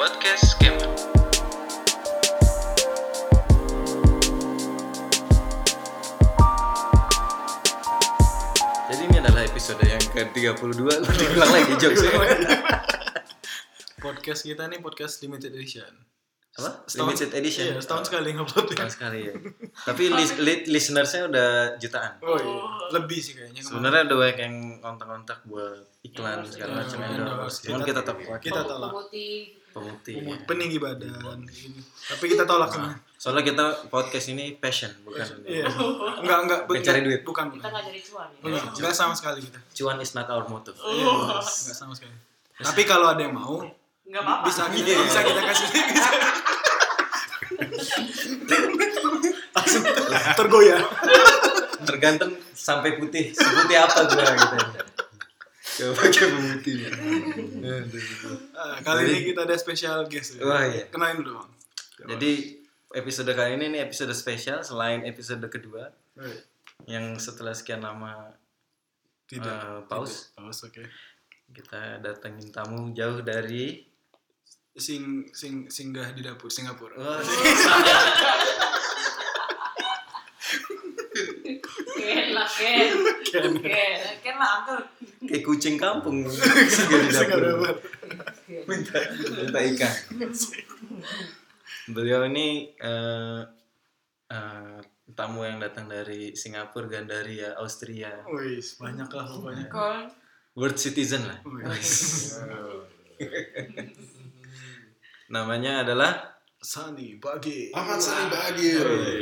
Podcast Gamer. Jadi ini adalah episode yang ke-32. Diulang lagi jokesnya. Podcast kita nih podcast limited edition. Apa? Limited edition? Iya, setahun sekali ngupload. Setahun sekali ya. Tapi listenersnya udah jutaan. Oh iya, lebih sih kayaknya. Sebenarnya udah banyak yang kontak-kontak buat iklan segala macam endorse. Cuman kita tolak. Pemutih. Peninggi badan. Tapi kita tolak semua. Soalnya kita podcast ini passion, bukan. Iya. Enggak cari duit. Bukan. Kita nggak cari cuan ya. Enggak sama sekali kita. Cuan is not our motive. Enggak sama sekali. Tapi kalau ada yang mau, nggak apa-apa. bisa kita kasih. Langsung tergoyah. Tergantung sampai putih, seputih apa gua gitu. Coba pakai pemutih. Kali ini kita ada special guest. Wah iya. Kenalin dulu, Bang. Jadi episode kali ini nih episode spesial selain episode kedua yang setelah sekian lama pause. Oke. Kita datengin tamu jauh dari singgah di dapur Singapura. oh, Ken lah uncle. kayak kucing kampung singgah di dapur. Minta ikan. Beliau ini tamu yang datang dari Singapura, Gandaria, Austria. Wih, banyak lah pokoknya. World citizen lah. Namanya adalah Sani Bagil. Ahmad Sani Bagil.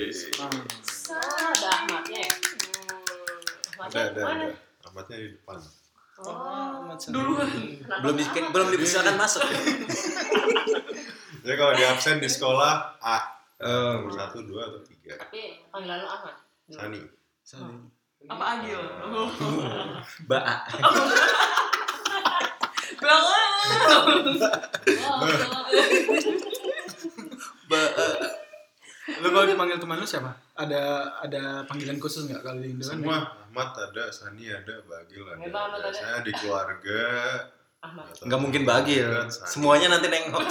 Ada Ahmadnya ya? Ada. Ahmadnya di depan. belum dipersilakan masuk. Jadi kalau di absen di sekolah A. Oh. 1, 2 atau 3. Tapi panggilan lo Ahmad? Sani. Apa Agil? Ba'a. Ba'a. Lo kalau dipanggil teman lu siapa? Ada panggilan khusus nggak kalau di Indo? Semua Ahmad ada, Sani ada, Bagil ada. Memang Ahmad ada. Saya di keluarga. Ahmad. Nggak mungkin Bagil. Semuanya nanti nengok.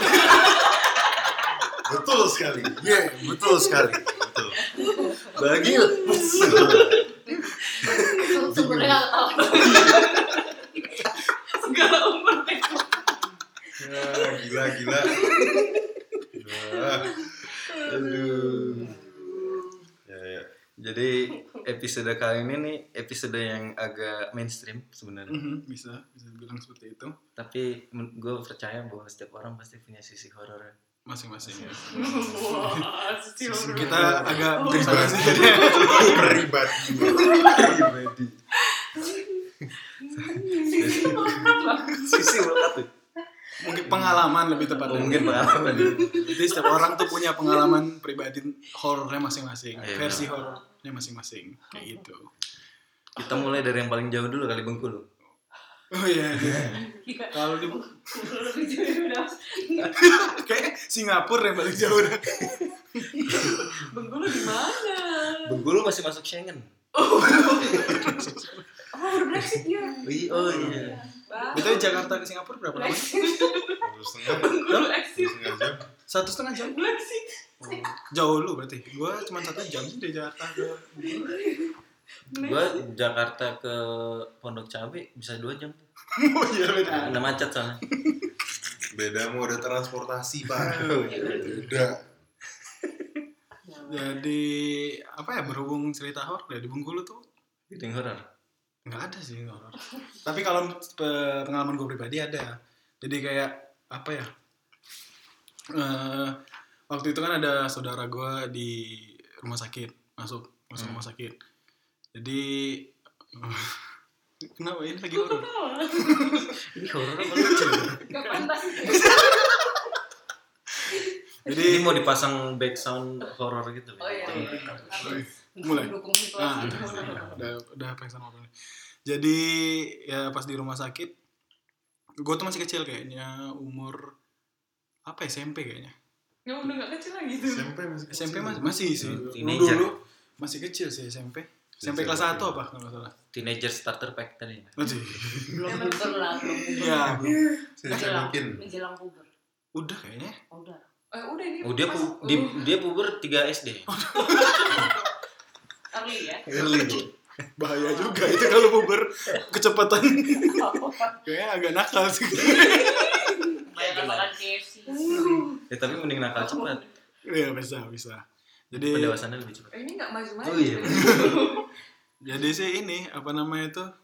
Betul sekali. Betul sekali. Betul. Bagil. Sumbernya nggak tahu. Segala umur. Gila. Aduh. Ya. Jadi episode kali ini nih episode yang agak mainstream sebenarnya. Bisa bilang seperti itu. Tapi gue percaya bahwa setiap orang pasti punya sisi horornya. Masing-masing. Wah, Kita agak pribadi. Sisi melekat tuh. Mungkin pengalaman lebih tepatnya. Mungkin pengalaman. Jadi setiap orang tuh punya pengalaman pribadi horornya masing-masing. Iya, Versi horornya masing-masing. Kayak gitu. Kita mulai dari yang paling jauh dulu kali Bengkulu. Oh iya. Kalau di kayak Singapura yang paling jauh. Bengkulu di mana? Bengkulu masih masuk Schengen. Udah Brexit ya. Oh iya. Betul, Jakarta ke Singapura berapa lama? 1,5 Bengkulu exit. jam. 1,5 jam. Brexit. Jauh lu berarti. Gua cuma 1 jam sih dari Jakarta ke Gue Jakarta ke Pondok Cabe bisa 2 jam. Oh iya beda. Ada macet soalnya. Beda mode transportasi, Pak. Beda. Jadi apa ya, berhubung cerita horor dari Bengkulu tuh Bikin horor. nggak ada sih horor. Tapi kalau pengalaman gue pribadi ada. Jadi kayak apa ya? Waktu itu kan ada saudara gue di rumah sakit masuk rumah sakit. Jadi kenapa ini lagi horor? Ini horor apa lucu? Gak pantas. Jadi Ini mau dipasang background horor gitu. Oh iya. Mulai. Dukung situasi. Udah pengen sama orang. Jadi ya pas di rumah sakit, gue tuh masih kecil kayaknya, umur apa SMP kayaknya. Ya udah gak kecil lagi tuh. SMP masih sih. Teenager. Dulu masih kecil sih SMP. SMP kelas 1 apa kalau nggak salah. Teenager starter pack tadi. Masih. Belum lah. Iya. Saya mungkin. Menjelang puber. Udah kayaknya. Udah. Udah ini. Oh, dia puber 3 SD. Early ya. Early. Bahaya juga itu kalau puber kecepatan. Kayaknya agak nakal sih. Banyak makan KFC. Ya tapi mending nakal cepat. Iya bisa. Jadi Pendewasannya lebih cepat. Ini nggak maju-maju. Oh iya. jadi sih ini apa namanya itu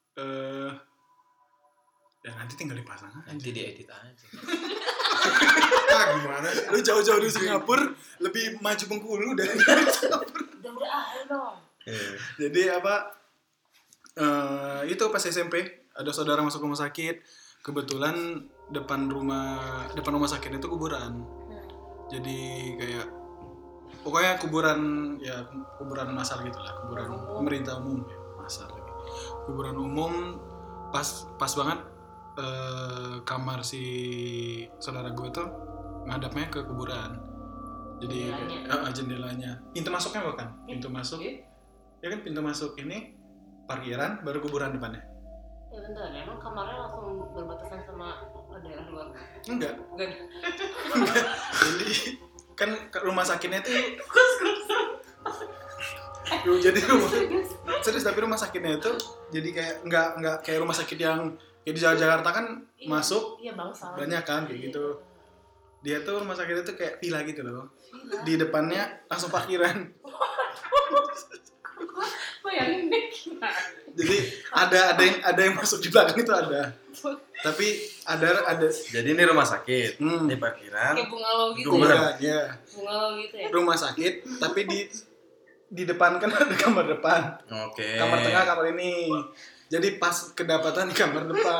ya nanti tinggal dipasang aja. Nanti diedit aja. Gimana sih? Lu jauh-jauh di Singapura lebih maju Bengkulu dari Udah ayo dong. Jadi apa itu pas SMP ada saudara masuk rumah sakit, kebetulan depan rumah sakit itu kuburan. Jadi kayak pokoknya kuburan massal gitulah, kuburan pemerintah umum ya, massal lagi. Kuburan umum pas banget kamar si saudara gue tuh ngadapnya ke kuburan. Jadi jendelanya. Pintu masuknya bukan? Pintu masuk. Ya kan pintu masuk ini parkiran baru kuburan depannya. Ya bentar, emang kamarnya langsung berbatasan sama daerah luar? Enggak. Enggak. Jadi kan rumah sakitnya itu jadi serius tapi rumah sakitnya itu jadi kayak enggak kayak rumah sakit yang kayak di Jakarta kan masuk banyak kan kayak gitu. Dia tuh rumah sakitnya tuh kayak villa gitu loh. Di depannya langsung parkiran. Bayangin deh. Jadi ada yang masuk di belakang itu ada. Tapi ada. Jadi ini rumah sakit, ini parkiran. Kayak bungalow gitu. Ya. Bungalow gitu ya. Rumah sakit, tapi di depan kan ada kamar depan. Oke. Kamar tengah kamar ini. Jadi pas kedapatan di kamar depan.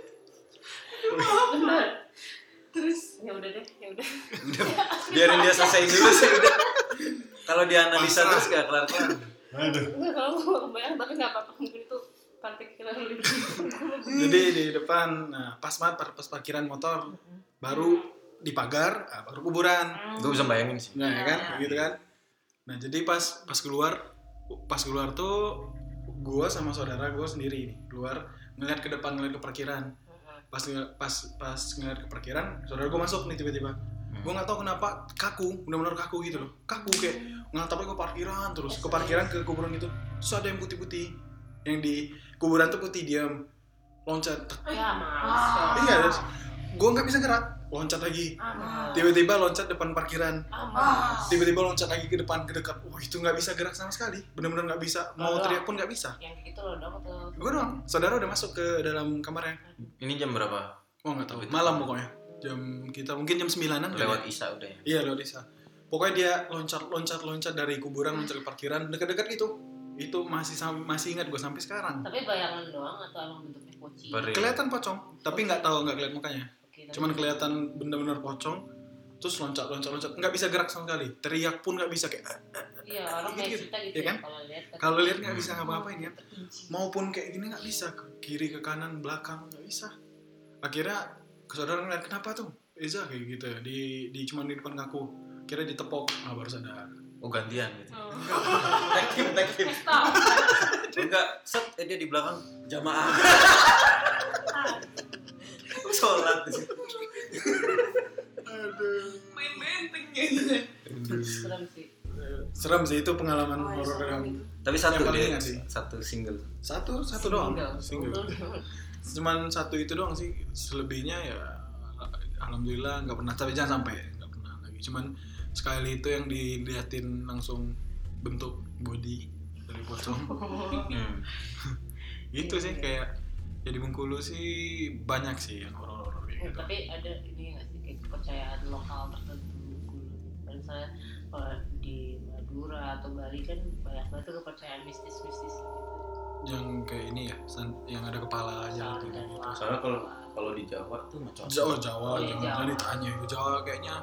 Bener. Terus ya udah. Biarin dia selesai dulu sih udah. Kalau dia analisa terus gak kelar-kelar. Aduh. Enggak, kalau gue kebayang tapi nggak apa-apa, mungkin itu particular lebih. Jadi di depan, nah pas parkiran motor, baru di pagar, baru kuburan. Gue bisa bayangin sih. Nah ya kan, gitu kan. Nah jadi pas keluar tuh, gue sama saudara gue sendiri nih keluar ngeliat ke depan, ngeliat ke parkiran. Pas ngeliat ke parkiran, saudara gue masuk nih tiba-tiba. Gue nggak tahu kenapa kaku, benar-benar kaku gitu loh, kaku kayak ngatapnya ke parkiran terus ke parkiran ke kuburan gitu. Terus ada yang putih-putih, yang di kuburan tuh putih diam, loncat. Ya mas. Iya, terus gue nggak bisa gerak, loncat lagi. Tiba-tiba loncat depan parkiran, tiba-tiba loncat lagi ke depan ke dekat. Wah itu nggak bisa gerak sama sekali, benar-benar nggak bisa. Mau teriak pun nggak bisa. Yang gitu loh dong atau? Gue doang, saudara udah masuk ke dalam kamarnya. Ini jam berapa? Oh nggak tahu, malam pokoknya. Kita mungkin jam 9-an Lewat Isya udah ya? Iya lewat Isya. Pokoknya dia loncat dari kuburan loncat ke parkiran dekat-dekat gitu. Itu masih ingat gue sampai sekarang. Tapi bayangan doang atau emang bentuknya poci? Kelihatan pocong, tapi nggak kelihatan mukanya. Cuman kelihatan benar-benar pocong. Terus loncat, nggak bisa gerak sama sekali. Teriak pun nggak bisa kayak. Iya orang kayak kita gitu ya kan? Kalau lihat nggak bisa ngapa-ngapain kan. Maupun kayak gini nggak bisa, ke kiri ke kanan belakang nggak bisa. Akhirnya saudara ngeliat kenapa tuh Eza kayak gitu di cuman di depan kaku, kira ditepok, baru sadar. Oh gantian gitu. Tag team. Enggak, set dia di belakang jamaah. Sholat di situ. Aduh. Main benteng gitu. Serem sih itu pengalaman horor yang. Tapi satu dia, sih. satu single. Satu doang. Single. Cuman satu itu doang sih, selebihnya ya alhamdulillah nggak pernah, tapi jangan sampai nggak pernah lagi. Cuman sekali itu yang diliatin langsung bentuk body dari pocong. Gitu sih kayak jadi Bengkulu sih banyak sih yang horor-horor kayak gitu. Tapi ada ini nggak sih kayak kepercayaan lokal tertentu Bengkulu. Misalnya kalau di Madura atau Bali kan banyak banget tuh kepercayaan mistis-mistis gitu. Yang kayak ini ya, yang ada kepala aja gitu. Soalnya kalau di Jawa tuh macam Jawa, jangan ditanya itu Jawa kayaknya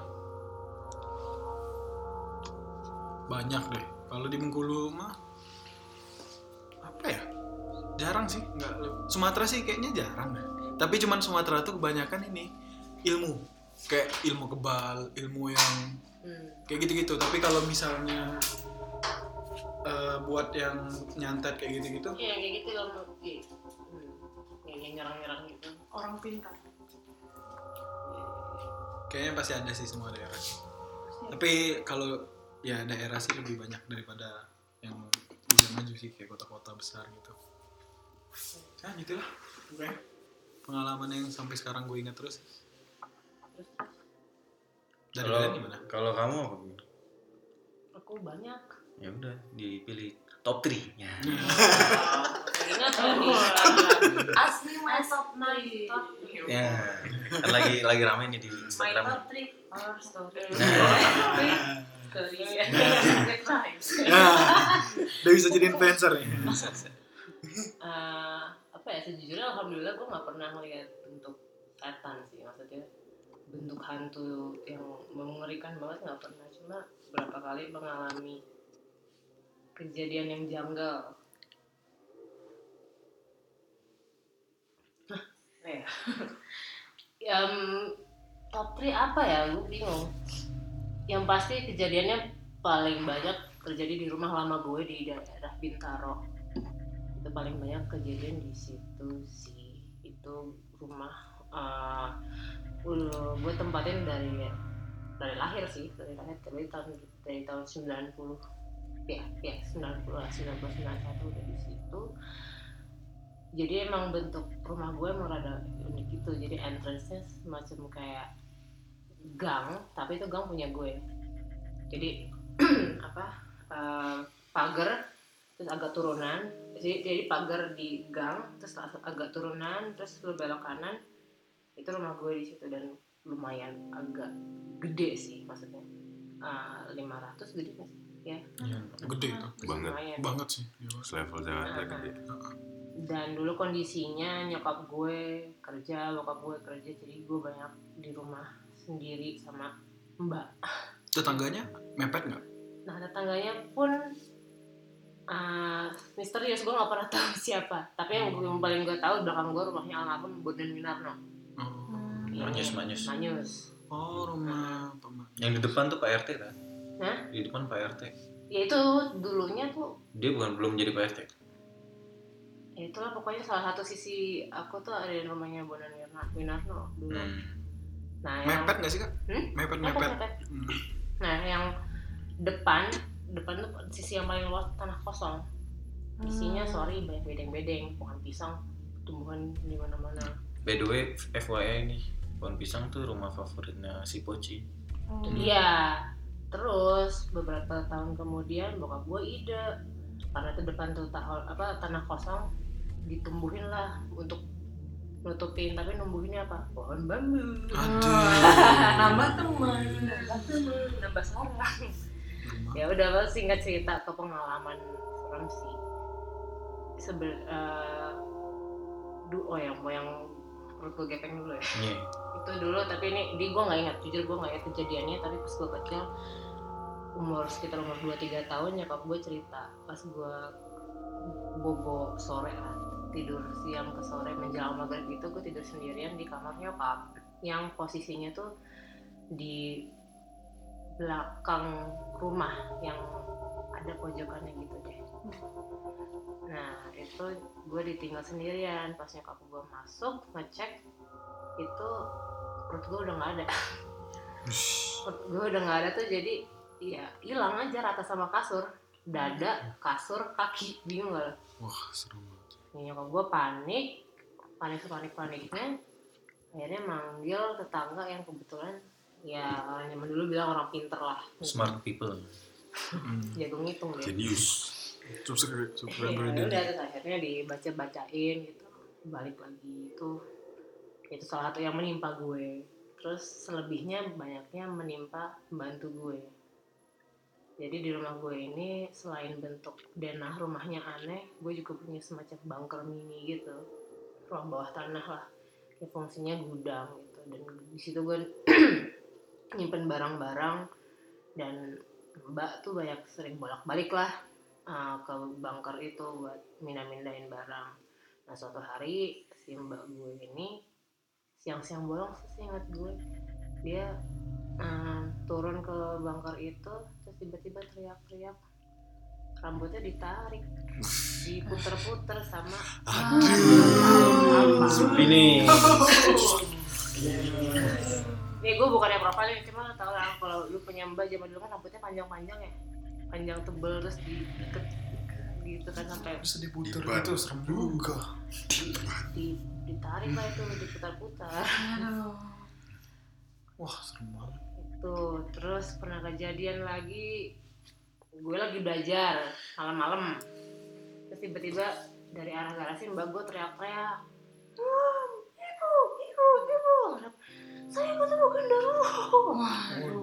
banyak deh. Kalau di Bengkulu mah apa ya? Jarang sih, nggak. Sumatera sih kayaknya jarang deh. Tapi cuman Sumatera tuh kebanyakan ini ilmu, kayak ilmu kebal, ilmu yang kayak gitu-gitu. Tapi kalau misalnya buat yang nyantet kayak gitu-gitu. Iya kayak gitu loh, yang nyerang-nyerang gitu. Orang pintar. Kayaknya pasti ada sih semua daerah. Tapi kalau ya daerah sih lebih banyak daripada yang udah maju sih kayak kota-kota besar gitu. Nah gitulah. Oke. Pengalaman yang sampai sekarang gue ingat terus. Dari kalian gimana? Kalau kamu apa? Aku banyak. Ya udah dipilih top 3-nya. Ingat ya di asli my top 9 top. Ya. Kan lagi rame nih di My Instagram. top 3 our story. Story. Udah bisa jadi influencer ya. Apa ya, sejujurnya alhamdulillah gue nggak pernah ngeliat bentuk setan sih, maksudnya bentuk hantu yang mengerikan banget nggak pernah, cuma beberapa kali mengalami kejadian yang janggal. Top 3 apa ya, gue bingung. Yang pasti kejadiannya paling banyak terjadi di rumah lama gue di daerah Bintaro. Itu paling banyak kejadian di situ sih. Itu rumah gue tempatin dari lahir sih, dari tahun 90 ya 90 lah, 91 dari situ. Jadi emang bentuk rumah gue emang rada unik gitu. Jadi entrance-nya semacam kayak gang, tapi itu gang punya gue. Jadi pagar terus agak turunan. Jadi pagar di gang terus agak turunan, terus lu belok kanan. Itu rumah gue di situ dan lumayan agak gede sih, maksudnya 500 gede kan sih ya. Gede itu. Banget sih. Level Jakarta gede. Dan dulu kondisinya nyokap gue kerja, bokap gue kerja, jadi gue banyak di rumah sendiri sama mbak. Tetangganya mepet nggak? Nah tetangganya pun misterius, gue nggak pernah tahu siapa. Tapi yang paling gue tahu belakang gue rumahnya almarhum Bondan Winarno. Manyus. Oh, rumah paman. Yang di depan tuh Pak RT kan? Hah? Di depan Pak RT. Ya itu dulunya tuh. Dia belum jadi Pak RT. Ya itulah pokoknya salah satu sisi aku tuh ada di rumahnya Bondan Winarno dulu. Nah, mepet nggak sih kak? Mepet. Nah yang depan tuh sisi yang paling luas tanah kosong. Isinya banyak bedeng-bedeng, pohon pisang, tumbuhan di mana-mana. By the way, FYI nih, pohon pisang tuh rumah favoritnya si Poci. Iya. Terus beberapa tahun kemudian bokap gue ide, karena itu depan tuh tanah kosong, ditumbuhin lah untuk nutupin, tapi numbuhinnya apa? Pohon bambu. Nambah teman, nambah sarang. Ya udah, singkat cerita ke pengalaman serem sih. Yang perut gue gepeng dulu ya. Yeah. Itu dulu, tapi ini gue nggak ingat, jujur gue nggak ingat kejadiannya. Tapi pas gue kecil, sekitar umur 2-3 tahun, nyokap gue cerita pas gue bobo sore lah, tidur siang ke sore menjelang maghrib itu, gue tidur sendirian di kamar nyokap yang posisinya tuh di belakang rumah yang ada pojokannya gitu deh. Nah itu gue ditinggal sendirian. Pas nyokap gue masuk ngecek, itu perut gue udah nggak ada. Perut gue udah nggak ada tuh, jadi ya hilang aja rata sama kasur, dada, kasur, kaki, bingung gak lo? Wah serem banget. Nyokap gue paniknya akhirnya manggil tetangga yang kebetulan ya orang zaman dulu bilang orang pinter lah, smart people, jago ngitung deh. Genius. Ya udah, terus akhirnya dibacain gitu, balik lagi. Itu salah satu yang menimpa gue. Terus selebihnya banyaknya menimpa pembantu gue. Jadi di rumah gue ini selain bentuk denah rumahnya aneh, gue juga punya semacam bunker mini gitu, ruang bawah tanah lah, ya fungsinya gudang gitu. Dan di situ gue nyimpen barang-barang, dan mbak tuh banyak sering bolak-balik lah ke bunker itu buat mindahin barang. Nah suatu hari si mbak gue ini siang-siang bolong sih, ingat gue, dia turun ke bunker itu, terus tiba-tiba teriak-teriak, rambutnya ditarik, diputer-puter sama ini Nih gue bukannya profiling, cuma lo tau lah kalau lu punya mbak zaman dulu kan rambutnya panjang-panjang ya, panjang tebel terus diikat gitu kan sampai bisa diputer itu serem juga. Ditarik lah itu, diputar-putar. Wah serem banget. Itu terus pernah kejadian lagi, gue lagi belajar malam-malam, terus tiba-tiba dari arah garasi mbak gue teriak-teriak, ibu, saya ketemu genderuwo. Waduh.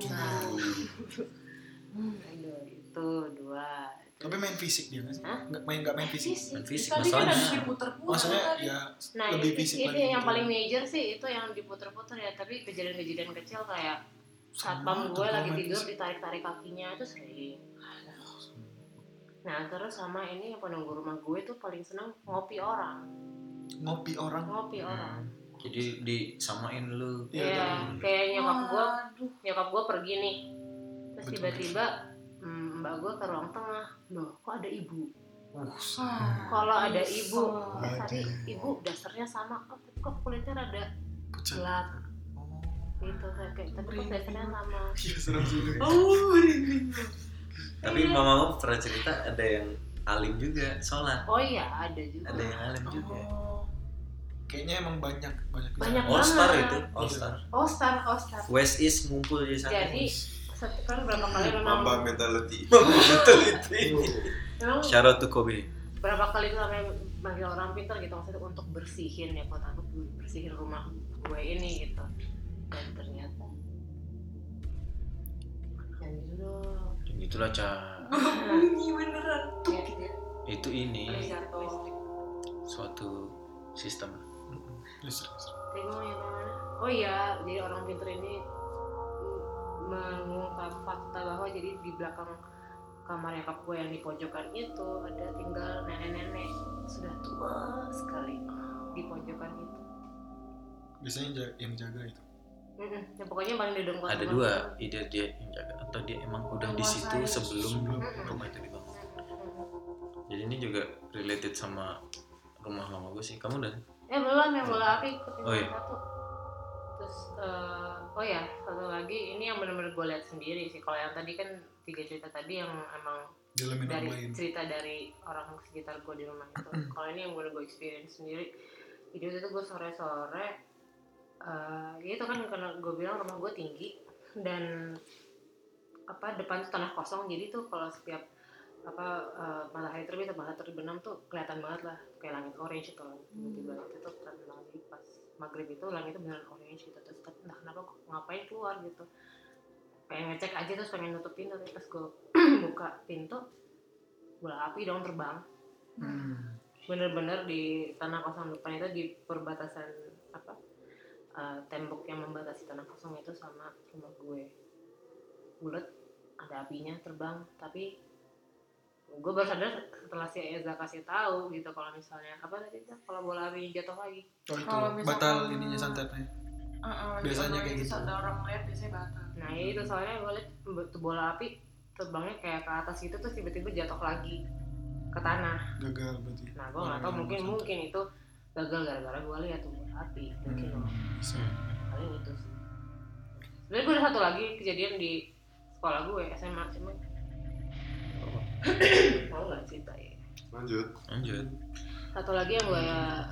Aduh, itu 2. Tapi main fisik dia nggak sih? Hah? Nggak main fisik. Main fisik Tadi kan masalahnya. ada diputer-puter. Maksudnya ya Nah lebih itu, fisik itu lagi. yang gitu. paling major sih, itu yang diputer-puter ya. Tapi kejadian-kejadian kecil kayak satpam gue Sama, lagi main tidur fisik. ditarik-tarik kakinya itu sering. Nah terus sama ini yang penunggu rumah gue tuh paling seneng ngopi orang. Ngopi orang. Jadi disamain lu. Iya, Iya, dari- kayak Waduh. nyokap gue pergi nih, terus Betul. tiba-tiba mbak gue ke ruang tengah, loh kok ada ibu? Ah, Kalau ada ibu, Aduh. tadi ibu dasarnya sama, kok kulitnya rada Pucat. gelap Oh. gitu kayak tapi kok dasarnya sama. Iya serem juga. Tapi mamamu pernah cerita ada yang alim juga sholat. Oh iya ada juga. Ada yang alim juga. Kayaknya emang banyak Banyak All Star banget. itu, All Star. All Star. West East ngumpul di sana. Jadi kan berapa kali memang Mamba mentality. memang Shout out to Kobe. berapa kali tuh sampai manggil orang pintar gitu maksudnya untuk bersihin ya kota aku bersihin rumah gue ini gitu, dan ternyata dan gitu Itulah Ca. bunyi beneran. ya, Itu ini jatuh. suatu sistem. Tadi mau yang mana? Oh iya, jadi orang pintar ini mengungkap fakta bahwa jadi di belakang kamar nyokap gue yang di pojokan itu ada tinggal nenek-nenek sudah tua sekali di pojokan itu. Biasanya yang jaga itu. Ya, pokoknya paling di dengkot. Ada dua, ide dia yang jaga atau dia emang udah di situ sebelum rumah itu dibangun. Jadi ini juga related sama rumah lama gue sih. Kamu udah? Belum yang bola api ketinggalan Oh, iya. satu. Terus oh ya satu lagi ini yang benar-benar gue lihat sendiri sih. Kalau yang tadi kan 3 cerita tadi yang emang Dialamin orang dari lain. cerita dari orang sekitar gue di rumah itu. Kalau ini yang gue experience sendiri. Jadi waktu itu gue sore-sore ya itu kan karena gue bilang rumah gue tinggi dan depan tuh tanah kosong, jadi tuh kalau setiap matahari terbit atau matahari terbenam tuh kelihatan banget lah kayak langit orange itu tiba-tiba itu tuh kan lagi pas maghrib itu langitnya beneran orange gitu, terus entah kenapa ngapain keluar gitu, pengen ngecek aja terus pengen nutup pintu, tapi pas gue buka pintu bola api dong terbang. Bener-bener di tanah kosong depan itu di perbatasan tembok yang membatasi tanah kosong itu sama rumah gue bulat ada apinya terbang, tapi gue baru sadar setelah si Eza kasih tahu gitu kalau misalnya kalau bola api jatuh lagi. Oh itu Kalau misalkan- batal ininya santetnya. Biasanya kayak gitu. Ada orang lihat biasanya batal. Nah ya itu soalnya gue liat tuh bola api terbangnya kayak ke atas gitu terus tiba-tiba jatuh lagi ke tanah. Gagal berarti. Nah gue nggak tahu mungkin itu gagal gara-gara gue lihat tuh bola api mungkin Bisa. paling itu sih. Sebenarnya gue ada satu lagi kejadian di sekolah gue SMA cuman mau nggak cerita ya. Lanjut. Satu lagi yang gue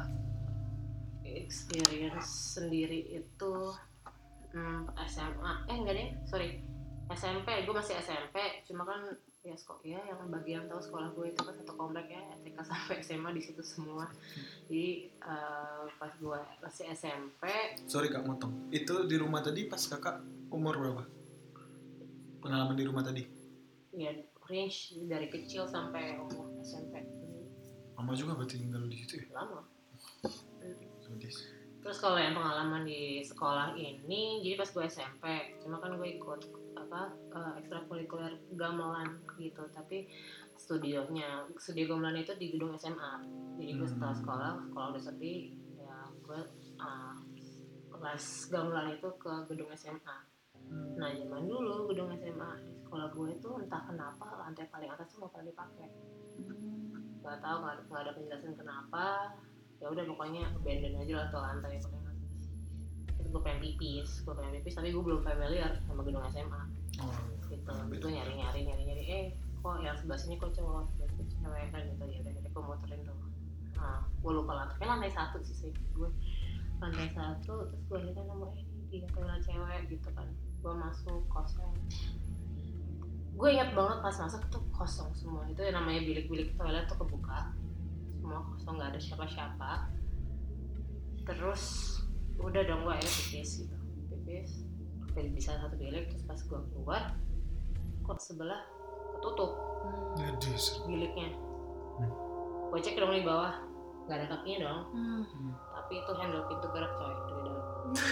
experience sendiri itu SMA enggak deh sorry SMP, gue masih SMP cuma kan ya yang bagian tahu sekolah gue itu kan satu komplek ya TK sampai SMA di situ semua. Jadi pas gue masih SMP Sorry kak motong. Itu di rumah tadi pas kakak umur berapa? Pengalaman di rumah tadi? ya range dari kecil sampai umur SMP Lama juga berarti tinggal di situ ya? lama. Sadis. Terus kalau yang pengalaman di sekolah ini, jadi pas gue SMP, cuma kan gue ikut ekstrakurikuler gamelan gitu, tapi studio gamelan itu di gedung SMA. Jadi gue setelah sekolah udah sepi, ya gue les gamelan itu ke gedung SMA. Nah zaman dulu gedung SMA di sekolah gue itu entah kenapa lantai paling atas tuh nggak pernah dipakai. Gak tahu nggak ada penjelasan kenapa. Ya udah pokoknya abandon aja lah tuh lantai paling atas. Terus gue pengen pipis tapi gue belum familiar sama gedung SMA gitu. Gue nyari kok yang sebelah sini kok cowok sebelah sini cewek kan gitu ya. Jadi gue muterin tuh. Nah, gue lupa lantai 1 sih gue lantai 1 terus gue lihat nama di toilet cewek gitu kan. Gue masuk kosong. Gue ingat banget pas masuk tuh kosong semua. Itu yang namanya bilik-bilik toilet tuh kebuka semua kosong, nggak ada siapa-siapa. Terus udah dong gue akhirnya pipis di salah satu bilik. Terus pas gue keluar kok sebelah ketutup biliknya. Gue cek dong di bawah nggak ada kakinya dong. Tapi itu handle pintu gerak coy dari dalam.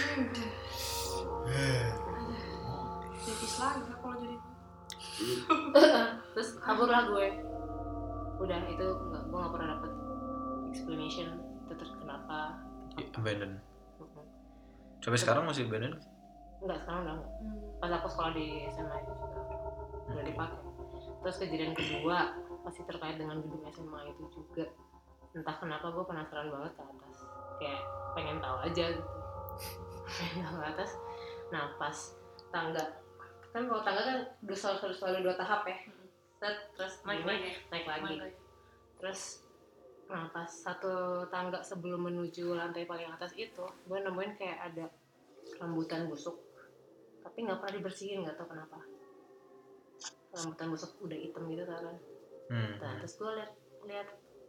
Tipis lagi lah kalau jadi. Terus kaburlah gue. Udah itu gue nggak pernah dapet explanation itu terus kenapa. Abandon. Sampai sekarang masih abandon? Enggak, sekarang udah enggak. Pas aku sekolah di SMA itu juga udah dipakai. Terus kejadian kedua masih terkait dengan gedung SMA itu juga. Entah kenapa gue penasaran banget ke atas. Kayak pengen tahu aja gitu. Pengen tahu ke atas. Nah pas tangga, kan kalau tangga kan selalu 2 tahap ya. Terus naik lagi. Terus nah pas satu tangga sebelum menuju lantai paling atas itu, gue nemuin kayak ada rambutan busuk. Tapi nggak pernah dibersihin, nggak tahu kenapa. Rambutan busuk udah hitam gitu kan. Nah, terus gue lihat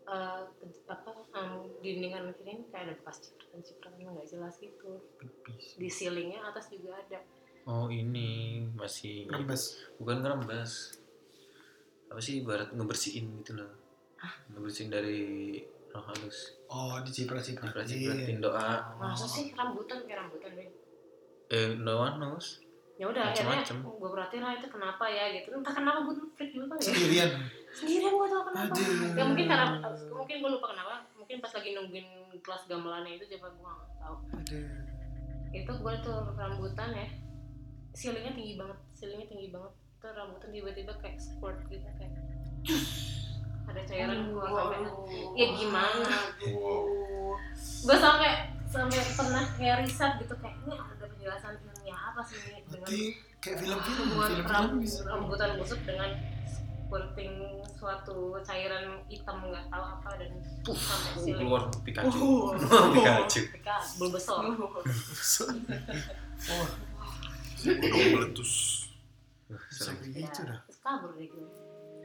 dindingan kiri kayak ada bekas cipratan nggak jelas gitu. Di ceilingnya atas juga ada. Oh ini masih Rembes. Bukan ngerembes. Apa sih ibarat ngebersihin gitu loh. Ngebersihin dari roh halus. Oh, Cipratin doa. Masa sih rambutan kayak rambutan deh. No one knows. Ya udah akhirnya Macem-macem. gue perhatiin lah itu kenapa ya gitu. Entah kenapa gue tuh freak juga ya. Sendirian Gue tau kenapa. Aduh. Ya mungkin gue lupa kenapa. Mungkin pas lagi nungguin kelas gamelannya itu coba gue nggak tahu. Itu gue tuh rambutan ya. Ceilingnya tinggi banget. Itu rambutan tiba-tiba kayak squirt gitu kayak. Ada cairan keluar sampai. Ya gimana? Gue sampai pernah kayak riset gitu kayak ini ada penjelasan filmnya apa sih ini dengan kayak film-film rambutan busuk dengan squirting suatu cairan hitam nggak tahu apa dan sampai siling Keluar Pikachu. Bulbasaur. Udah meletus. Serem. Gitu dah. Terus kabur deh gue.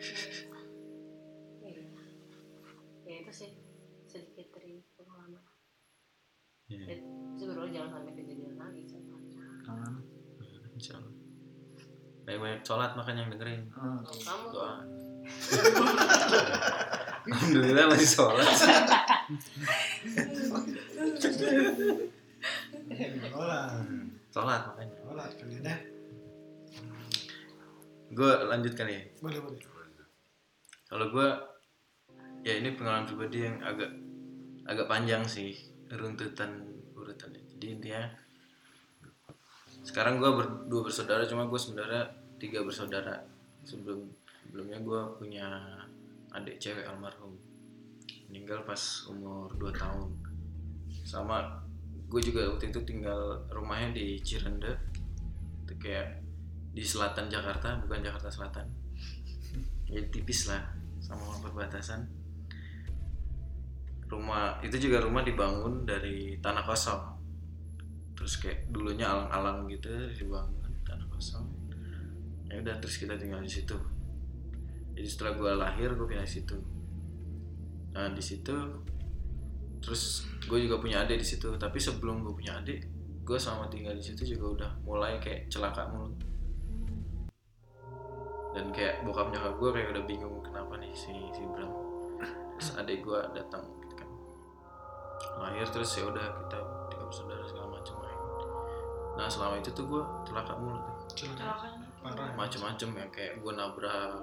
Ya itu sih sedikit dari pengalaman. Sebenarnya jangan sampai kejadian lagi sama. Insyaallah. Banyak sholat makanya yang dengerin. Kamu Doa. Alhamdulillah masih sholat. Sholat makanya. Sholat kali ya. Gue lanjut kali ya. Boleh. Kalau gue ya ini pengalaman pribadi yang agak panjang sih urutannya. Jadi intinya sekarang gue berdua bersaudara, cuma gue sebenarnya 3 bersaudara. Sebelumnya gue punya adik cewek almarhum, meninggal pas umur 2 tahun. Sama gue juga waktu itu tinggal rumahnya di Cirende, itu kayak di selatan Jakarta, bukan Jakarta Selatan. Jadi tipis lah sama perbatasan. Rumah itu juga rumah dibangun dari tanah kosong. Terus kayak dulunya alang-alang gitu dibangun tanah kosong. Ya udah terus kita tinggal di situ. Jadi setelah gue lahir gue pindah di situ. Nah di situ terus gue juga punya adik di situ. Tapi sebelum gue punya adik, gue sama tinggal di situ juga udah mulai kayak celaka mulu. Dan kayak bokap nyokap gue kayak udah bingung kenapa nih si Bram. Terus adik gue datang gitu kan. Lahir terus ya udah kita 3 bersaudara segala macam main. Nah selama itu tuh gue celaka mulu tuh. Parah. Macem-macem ya kayak gue nabrak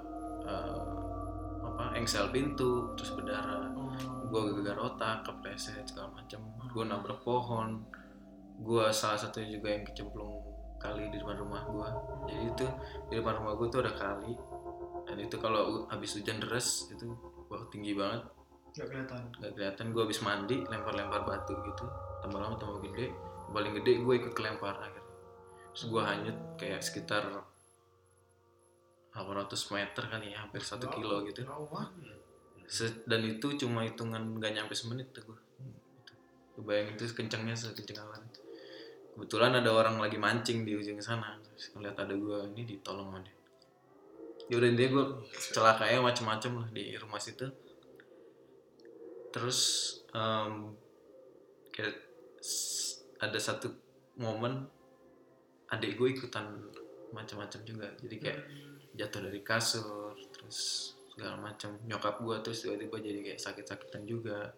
engsel pintu terus berdarah. Gue gegar otak, kepleset segala macam. Gue nabrak pohon. Gue salah satunya juga yang kecemplung kali di depan rumah gue. Jadi itu di depan rumah gue tuh ada kali. Dan itu kalau habis hujan deras itu tinggi banget. Gak kelihatan. Gue habis mandi lempar-lempar batu gitu. Tambah lama tambah gede. paling gede gue ikut kelempar akhirnya. Terus gue hanyut kayak sekitar 800 meter kali ya, hampir 1 kilo gitu. Dan itu cuma hitungan gak nyampe semenit tuh gue. Kebayang itu kencangnya sekencang apa. Kebetulan ada orang lagi mancing di ujung sana, terus ngeliat ada gue ini ditolong sama dia. Ya udah intinya gue celakanya macem-macem lah di rumah situ. Terus kayak ada satu momen adik gue ikutan macam-macam juga, jadi kayak jatuh dari kasur terus segala macam. Nyokap gue terus tiba-tiba jadi kayak sakit-sakitan juga.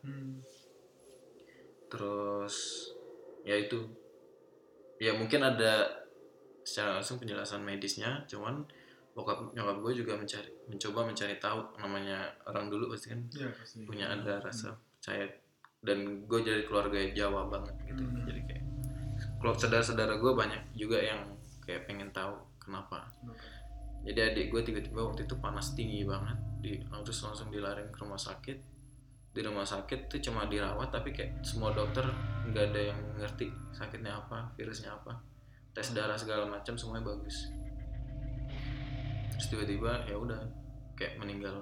Terus ya itu ya mungkin ada secara langsung penjelasan medisnya, cuman nyokap gue juga mencoba mencari tahu. Namanya orang dulu pasti kan punya ada rasa percaya, dan gue dari keluarga Jawa banget gitu. Jadi kayak saudara-saudara gue banyak juga yang kayak pengen tahu kenapa. Jadi adik gue tiba-tiba waktu itu panas tinggi banget, terus langsung dilariin ke rumah sakit. Di rumah sakit tuh cuma dirawat, tapi kayak semua dokter nggak ada yang ngerti sakitnya apa, virusnya apa, tes darah segala macam semuanya bagus. Terus tiba-tiba ya udah kayak meninggal,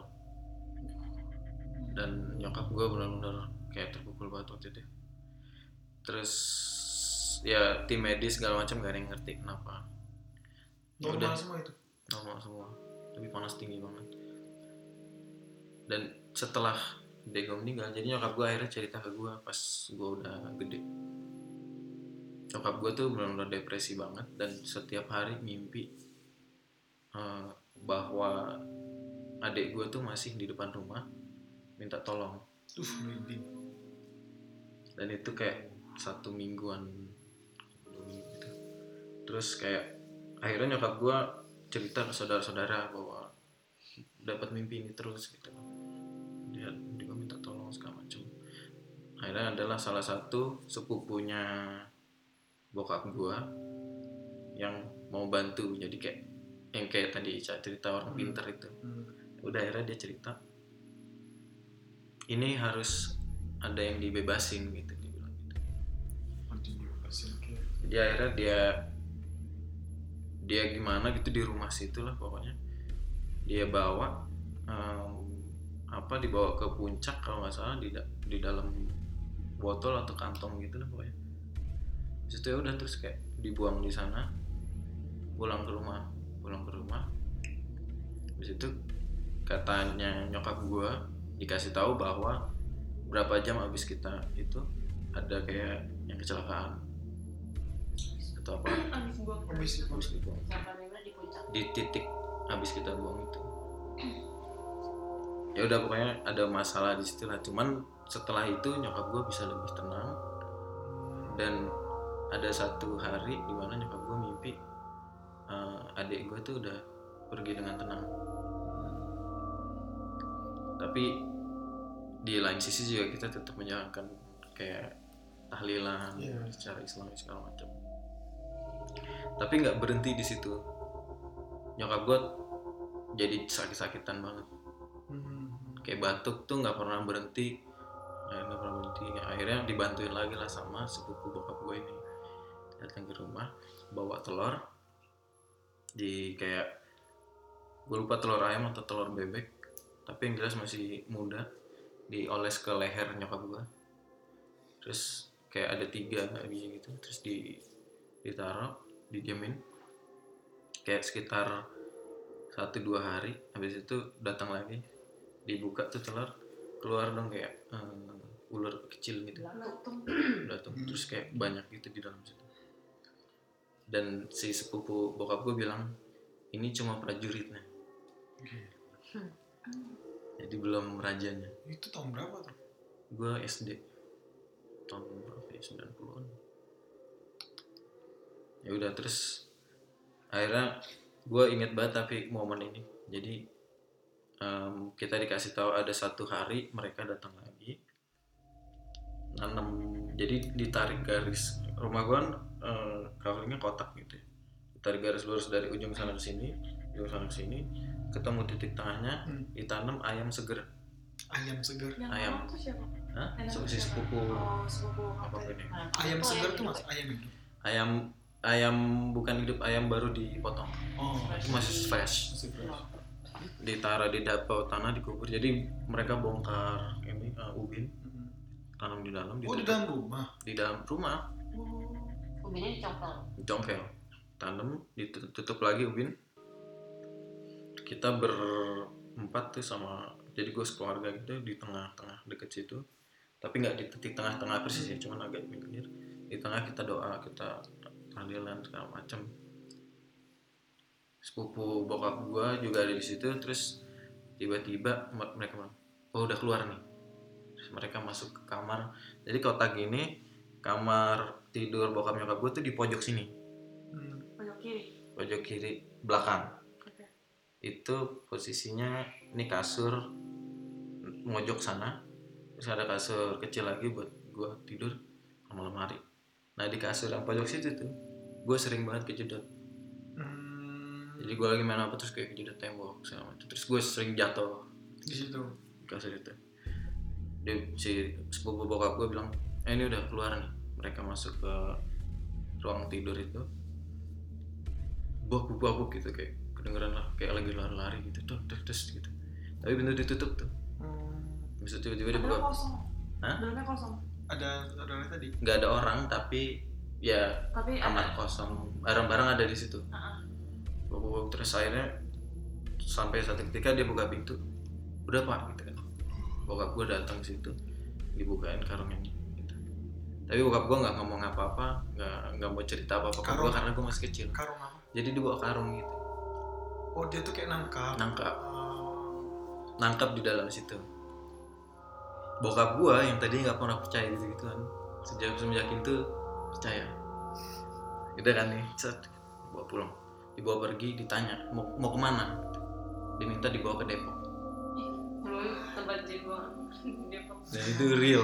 dan nyokap gue benar-benar kayak terpukul banget waktu itu. Terus ya tim medis segala macam gak ada yang ngerti kenapa. Ya udah semua itu. Normal semua, tapi panas tinggi banget. Dan setelah Dego meninggal, jadi nyokap gue akhirnya cerita ke gue pas gue udah gede. Nyokap gue tuh benar-benar depresi banget, dan setiap hari mimpi bahwa adik gue tuh masih di depan rumah minta tolong. Dan itu kayak 1 mingguan gitu. Terus kayak akhirnya nyokap gue cerita ke saudara-saudara bahwa dapat mimpi ini terus gitu. Dia minta tolong segala macam. Akhirnya adalah salah satu sepupunya bokap gue yang mau bantu, jadi kayak yang kayak tadi Ica cerita orang pintar itu. Udah akhirnya dia cerita ini harus ada yang dibebasin gitu, dia bilang gitu. Jadi akhirnya dia gimana gitu di rumah situ lah pokoknya, dia bawa dibawa ke puncak kalau nggak salah, di dalam botol atau kantong gitu lah pokoknya. Terus itu ya udah, terus kayak dibuang di sana, pulang ke rumah. Terus itu katanya nyokap gue dikasih tahu bahwa berapa jam abis kita itu ada kayak yang kecelakaan atau apa, abis dibuang di titik abis kita buang itu. Ya udah pokoknya ada masalah di situ lah. Cuman setelah itu nyokap gue bisa lebih tenang, dan ada satu hari di mana nyokap gue mimpi adik gue tuh udah pergi dengan tenang. Tapi di lain sisi juga kita tetap menjalankan kayak tahlilan secara Islami segala macam. Tapi nggak berhenti di situ. Nyokap gue jadi sakit-sakitan banget. Kayak batuk tuh nggak pernah berhenti. Akhirnya dibantuin lagi lah sama sepupu bokap gue ini. Datang ke rumah, bawa telur. Di kayak gue lupa telur ayam atau telur bebek, tapi yang jelas masih muda, dioles ke leher nyokap gue. Terus kayak ada 3 biji gitu, terus ditaruh, didiamin kayak sekitar 1-2 hari. Habis itu datang lagi, dibuka tuh telur, keluar dong kayak ular kecil gitu, datang terus kayak banyak gitu di dalam situ. Dan si sepupu bokap gue bilang ini cuma prajuritnya, jadi belum rajanya. Itu tahun berapa tuh? Gue SD tahun berapa ya, 90-an. Ya udah, terus akhirnya gue inget banget tapi momen ini. Jadi kita dikasih tahu ada 1 hari mereka datang lagi nanam. Jadi ditarik garis, rumah gue kan coveringnya kotak gitu ya. Ditarik garis lurus dari ujung sana ke sini, ujung sana ke sini, ketemu titik tengahnya, ditanam ayam seger. Ayam seger. Yang Ayam. orang tuh siapa? Hah? Nenek Si siapa? sepupu Oh, sepupu apapun kakek. ya. Ayam segar tuh hidup mas, ya? ayam hidup. Ayam bukan hidup, ayam baru dipotong. Oh, Itu masih fresh. masih fresh. Ditaruh di dapur tanah, dikubur. Jadi mereka bongkar ini ubin, tanam di dalam. Oh, di ditutup. dalam rumah. Di dalam rumah. Ubinnya dicongkel. Congkel, tanam, ditutup lagi ubin. Kita berempat tuh sama, jadi gue sekeluarga gitu di tengah-tengah deket situ, tapi nggak di tengah-tengah persis ya, cuman agak pinggir. Di tengah kita doa, kita tahlilan segala macam. Sepupu bokap gue juga ada di situ. Terus tiba-tiba mereka bilang, oh udah keluar nih. Terus mereka masuk ke kamar. Jadi kotak gini, kamar tidur bokap nyokap gue tuh di pojok sini, pojok kiri belakang. Itu posisinya ini kasur mojok sana, terus ada kasur kecil lagi buat gue tidur sama lemari. Nah di kasur yang pojok situ tuh gue sering banget kejedot. Jadi gue lagi main apa terus kayak kejedot tembok segala macam. Terus gue sering jatuh Di situ. di kasur itu. Si sepupu bokap gue bilang, ini udah keluar nih. Mereka masuk ke ruang tidur itu, buk gitu, kayak kedengeran lah kayak lagi lari-lari gitu, terus gitu. Tapi bener ditutup tuh. Bisa tiba-tiba Dalamnya dibuka. kosong. Hah? Dalamnya kosong. Ada orangnya tadi. Nggak ada orang, tapi ya Tapi kamar kosong, barang-barang ada di situ. Buk terus akhirnya sampai satu ketika dia buka pintu, udah pak gitu kan. Bokap gue datang ke situ, dibukain karungnya gitu. Tapi bokap gue nggak ngomong apa-apa, nggak mau cerita apa-apa ke gue karena gue masih kecil. Karung apa? Jadi dibawa karung gitu, Oh, dia tuh kayak nangkap. nangkap di dalam situ. Bokap gue yang tadi nggak pernah percaya gitu kan, semenjak itu percaya. Udah kan nih, set, bawa pulang, dibawa pergi, ditanya mau kemana, diminta dibawa ke Depok. Tempat jiwa Depok. Dan itu real.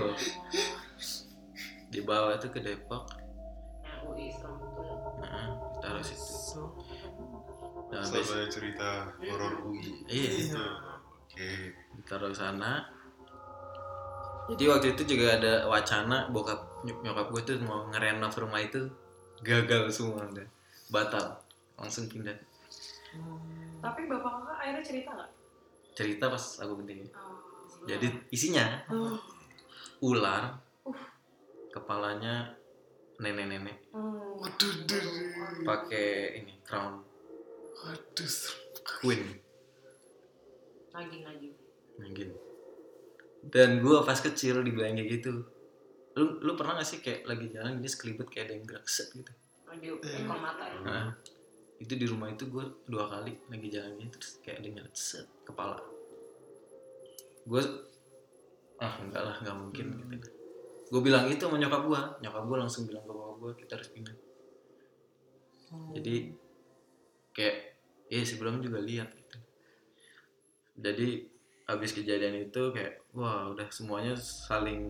Dibawa itu ke Depok. UI Selamatullah. Nah, ditaruh situ. Nah, Sampai cerita horor UI. Iya. Oke. Ditaruh sana. Jadi waktu itu juga ada wacana bokap nyokap gue tuh mau ngerenov rumah itu, gagal semua udah, batal, langsung pindah. Tapi bapak kakak akhirnya cerita nggak? Cerita pas aku penting. Jadi isinya ular, kepalanya nenek-nenek, Waduh, pakai ini crown waduh. queen, Lagi. mungkin. Dan gue pas kecil dibilang kayak gitu. Lu pernah gak sih kayak lagi jalan gini sekelibet kayak ada yang gerak set gitu? Audio ekor mata ya. Nah, itu di rumah itu gue 2 kali lagi jalan gini terus kayak ada yang nyelet set kepala. Gue enggak lah, nggak mungkin gitu. Gue bilang itu sama nyokap gue langsung bilang ke bokap gue kita harus pindah. Jadi kayak sebelum juga lihat gitu. Jadi abis kejadian itu kayak wah udah semuanya saling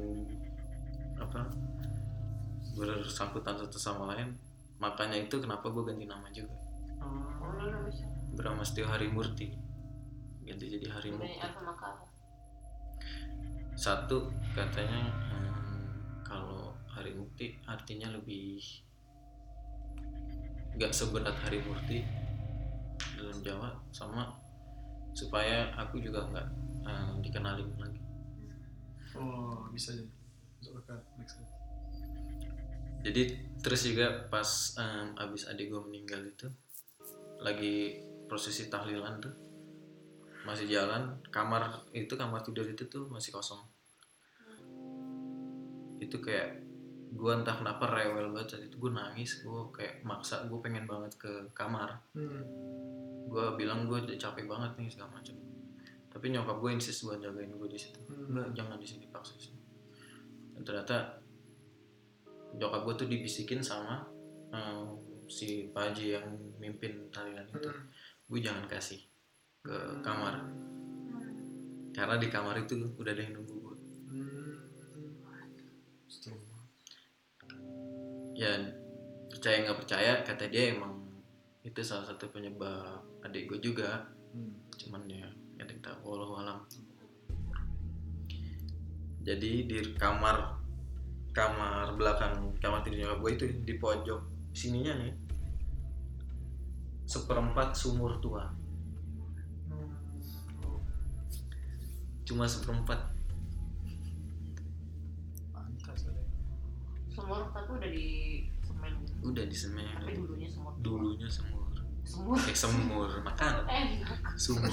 bersangkutan satu sama lain. Makanya itu kenapa gue ganti nama juga. Bramastio Harimurti, ganti jadi Harimurti. Apa maka? Satu katanya kalau Harimurti artinya lebih nggak seberat Harimurti dalam Jawa, sama supaya aku juga nggak dikenalin lagi. Oh, bisa ya. Next. Jadi terus juga pas abis adik gue meninggal itu lagi prosesi tahlilan tuh masih jalan, kamar tidur itu tuh masih kosong. Itu kayak gue entah kenapa rewel banget saat itu, gue nangis, gue kayak maksa gue pengen banget ke kamar. Gue bilang gue udah capek banget nih segala macam, tapi nyokap gue insist buat jagain gue di situ. Enggak, jangan di sini, paksa sini. Dan ternyata nyokap gue tuh dibisikin sama si Pak Haji yang mimpin tahlilan itu, gue jangan kasih ke kamar karena di kamar itu udah ada yang nunggu gue. Ya percaya nggak percaya, kata dia emang itu salah satu penyebab adik gue juga. Cuman ya nggak ada yang tahu, walau alam. Jadi di kamar belakang kamar tidur nyokap gue itu di pojok sininya nih 1/4 sumur tua. Cuma 1/4. Pantas ada. Sumur tapi udah di semen gitu. Udah di semen. Tapi dulunya semur. Dulunya semur. Semur. Semur makan. Enak. Sumur.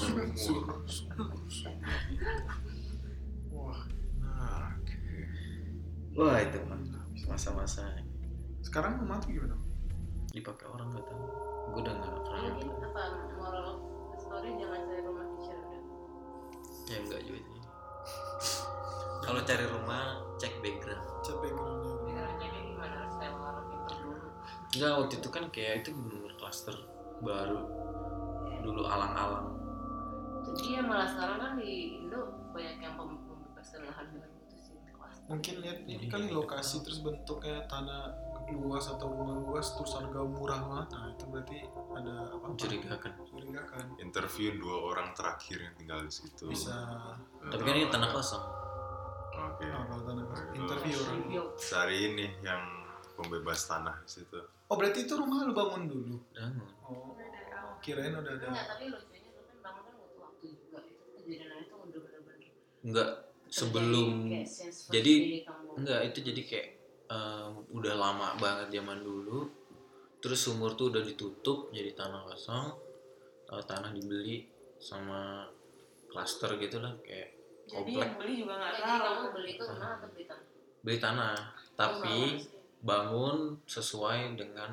Wah, nah. Wah itu mah masa-masa Sekarang rumah tuh gimana? dipakai orang nggak tahu. Gue udah nggak pernah. Mungkin apa moral of the story jangan cari rumah di udah. Ya enggak juga sih. Kalau cari rumah cek background. Cek backgroundnya. Pikirannya dia gimana harus sewa orang pintar dulu. Enggak, waktu itu kan kayak itu bener klaster baru. Dulu alang-alang. Jadi ya malah sekarang kan di Indo banyak yang pembebasan lahan baru itu sih kelas. Mungkin lihat ini kali lokasi terus bentuknya tanah luas atau rumah luas terus harga murah banget. Nah itu berarti ada apa? Mencurigakan. Mencurigakan. Interview 2 orang terakhir yang tinggal di situ. Bisa. Tapi kan ini tanah kosong. Oke. Nah, kalau tanah interview orang. Review. Cari ini yang pembebas tanah di situ. Oh berarti itu rumah lu bangun dulu. Bangun. Oh, kirain udah ada. Enggak, tapi lucunya lu kan bangun kan butuh waktu juga. Itu kejadiannya itu udah bener-bener Enggak sebelum kayak sense jadi di kamu. enggak itu jadi kayak udah lama banget zaman dulu. Terus sumur tuh udah ditutup jadi tanah kosong. Tanah dibeli sama klaster gitu lah kayak Jadi komplek. yang beli juga nggak Jadi tahu. kamu beli itu rumah atau beli tanah? Beli tanah tapi Oh, sih. bangun sesuai dengan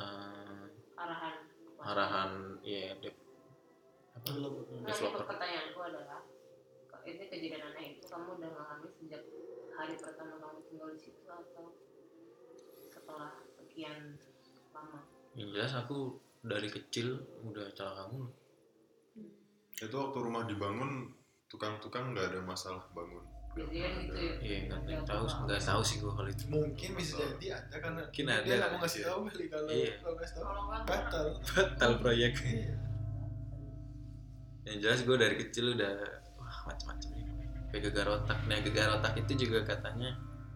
arahan ya Nah, ini developer. pertanyaanku adalah ini kejadian aneh itu kamu udah ngalami sejak hari pertama kamu tinggal di situ atau setelah sekian lama? Yang jelas aku dari kecil udah celaka mulu. Itu waktu rumah dibangun, tukang-tukang nggak ada masalah bangun. Jadi kan gitu ya. Iya nggak tahu sih gua kalau itu. Mungkin bisa jadi ada karena Mungkin dia ada. nggak mau ngasih tahu kali kalau Iya. kalau ngasih tahu Kalau nggak batal. Batal proyek. Iya. Yang jelas gue dari kecil udah wah macam-macam nih. Kayak gegar otak. Nah gegar otak itu juga katanya.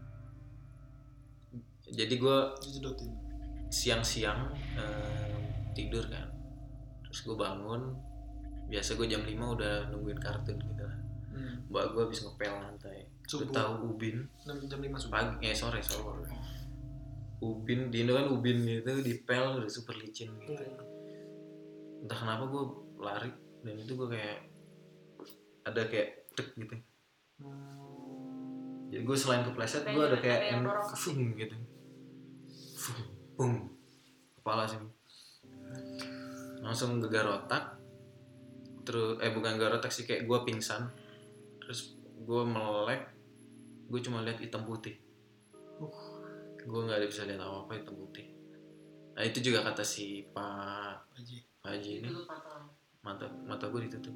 Jadi gue Dijedotin. siang-siang tidur kan. Terus gue bangun. Biasa gue jam 5 udah nungguin kartun gitu lah. Mbak gue habis ngepel lantai. Lu Subuh. tahu Ubin? Jam 5 subuh. Pagi, sore. Ubin, di Indo kan Ubin gitu dipel udah super licin gitu. Entah kenapa gue lari dan itu gue kayak ada kayak tek gitu. Jadi gue selain kepleset gue ada kayak yang fung gitu. Fung, kepala sini. Langsung gegar otak. Terus bukan gegar otak sih kayak gue pingsan. Terus gue melek. Gue cuma lihat hitam putih. Gue nggak bisa lihat apa hitam putih. Nah itu juga kata si Pak Haji ini. itu pantalan. Mata gue ditutup.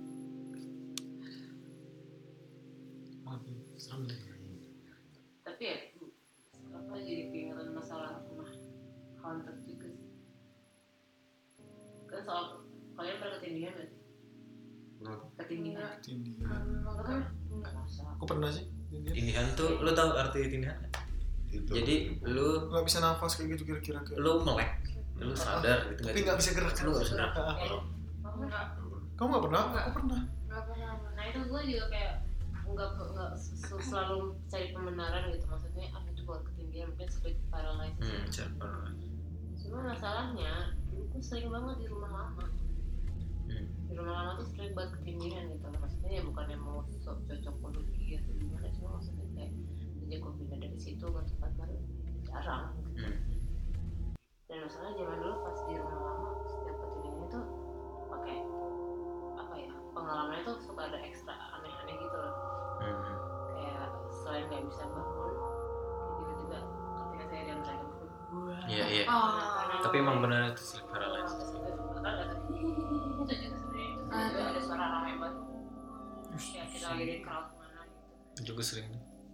Tapi ya apa jadi keingetan masalah rumah haunted juga sih. Kan soal kalian pernah ketindihan nggak sih? Ketindihan. Tindihan. Nggak usah. Aku pernah sih. Tindihan. Tindihan tuh, lo tau arti tindihan? Itu. Jadi lu Nggak bisa nafas kayak gitu kira-kira. melek, lu sadar gitu Tapi nggak bisa gerak. Lu nggak bisa gerak. Enggak. Kamu nggak pernah? Aku pernah. Nggak pernah. Nah itu gue juga kayak nggak selalu cari pembenaran gitu, maksudnya itu buat ketindihan mungkin sleep paralysis. Siapa? Cuma masalahnya dulu gue sering banget di rumah lama. Di rumah lama tuh sering banget ketindihan gitu. Maksudnya ya bukan yang mau cocok kondisi atau gimana, cuma maksudnya kayak sejak gue pindah dari situ ke tempat baru jarang. Dan masalah zaman dulu pas di rumah lama setiap ketindihan itu pakai apa ya, pengalamannya tuh suka ada ekstra aneh-aneh gitu loh. Kayak selain nggak bisa bangun, kayak tiba-tiba ketika saya diam saya Iya. Tapi emang benar itu sleep paralysis. itu juga sebenarnya itu ada suara ramai banget. Kayak kita lagi di crowd mana gitu. Juga sering.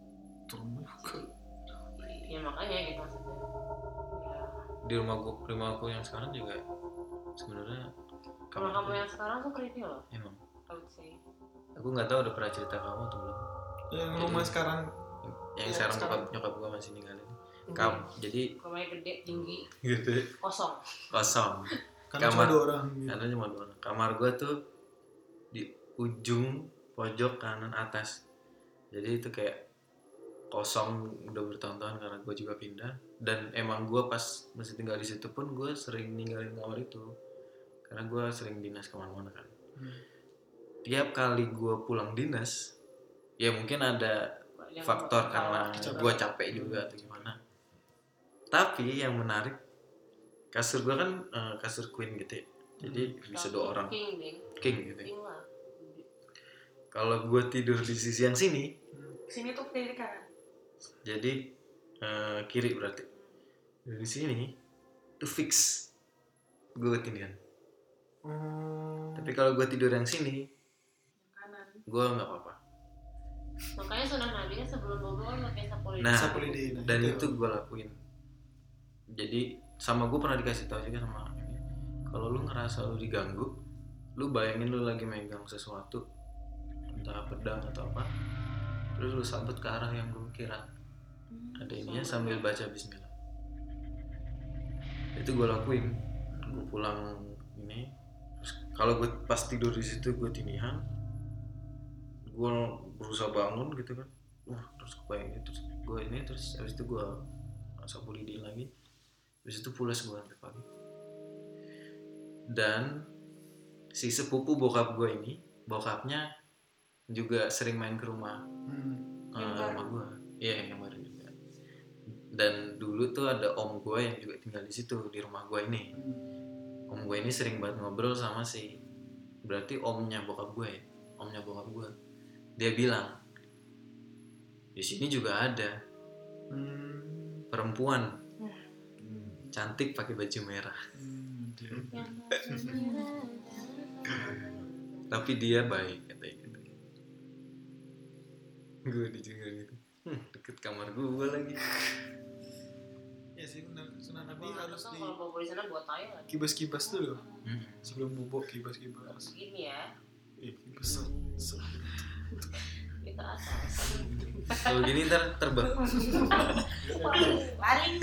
Ya makanya gitu maksudnya. Ya. Di rumah aku yang sekarang juga sebenarnya Rumah kamu yang sekarang tuh creepy loh. emang. I would say. Aku nggak tahu udah pernah cerita kamu atau belum. Yang Jadi- rumah sekarang yang Iya, sekarang sekarang. nyokap gue masih ninggalin. Gede. Jadi Rumahnya gede, tinggi, gitu kosong. kosong. Karena cuma Kamar 2 orang gitu. karena cuma 2 orang. Kamar gue tuh di ujung pojok kanan atas. Jadi itu kayak kosong udah bertahun-tahun karena gue juga pindah. Dan emang gue pas masih tinggal di situ pun gue sering ninggalin kamar itu karena gue sering dinas kemana-mana kan. Tiap kali gue pulang dinas, ya mungkin ada Banyak faktor masalah. karena gue capek juga atau gimana. Tapi yang menarik, kasur gue kan kasur queen gitu ya. Jadi bisa 2 orang King, Ding. king gitu ya. King lah. Kalau gue tidur di sisi yang sini, Sini tuh kiri kanan. jadi kiri berarti. Dari sini tuh fix gue ketindihan. Tapi kalau gue tidur yang sini, Kanan. gue nggak apa-apa. Makanya sunnah Nabi kan sebelum bobo kan pakai sapu lidi. Nah, Sapu lidi, nah, dan itu. itu gue lakuin. Jadi sama gue pernah dikasih tahu juga sama ini, kalau lu ngerasa lu diganggu, lu bayangin lu lagi megang sesuatu, entah pedang atau apa, terus lu sambut ke arah yang lu kira ada ininya sambil baca bismillah. Itu gue lakuin. Gue pulang ini, terus kalau gue pas tidur di situ gue tindihan, gue berusaha bangun gitu kan, terus kebayang terus gue ini, terus habis itu gue sapu lidi lagi, habis itu pulas gue sampai pagi. Dan si sepupu bokap gue ini, bokapnya juga sering main ke rumah rumah gue, iya yang baru juga. Dan dulu tuh ada om gue yang juga tinggal di situ di rumah gue ini. Om gue ini sering banget ngobrol sama si, berarti omnya bokap gue ya, omnya bokap gue. Dia bilang di sini juga ada perempuan cantik pakai baju merah, tapi dia baik katanya gitu. Gue dijaga gitu, deket kamar gue lagi. Ya sih benar, sunnah Nabi Wah, harus kan di kalau bobo di sana buat tayo kan. kibas-kibas dulu. Sebelum bubuk kibas-kibas. Begini ya, Kibas. kita atas. Kalau gini ntar terbang. Paling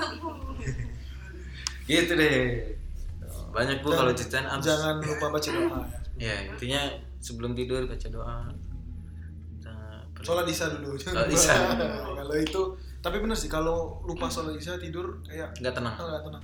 Gitu deh. Banyak bu Dan kalau ceritain abis. Jangan lupa baca doa ya. Ya intinya sebelum tidur baca doa. Sholat isya dulu. Sholat isya. Kalau itu, tapi benar sih kalau lupa sholat isya tidur kayak Nggak tenang. nggak tenang.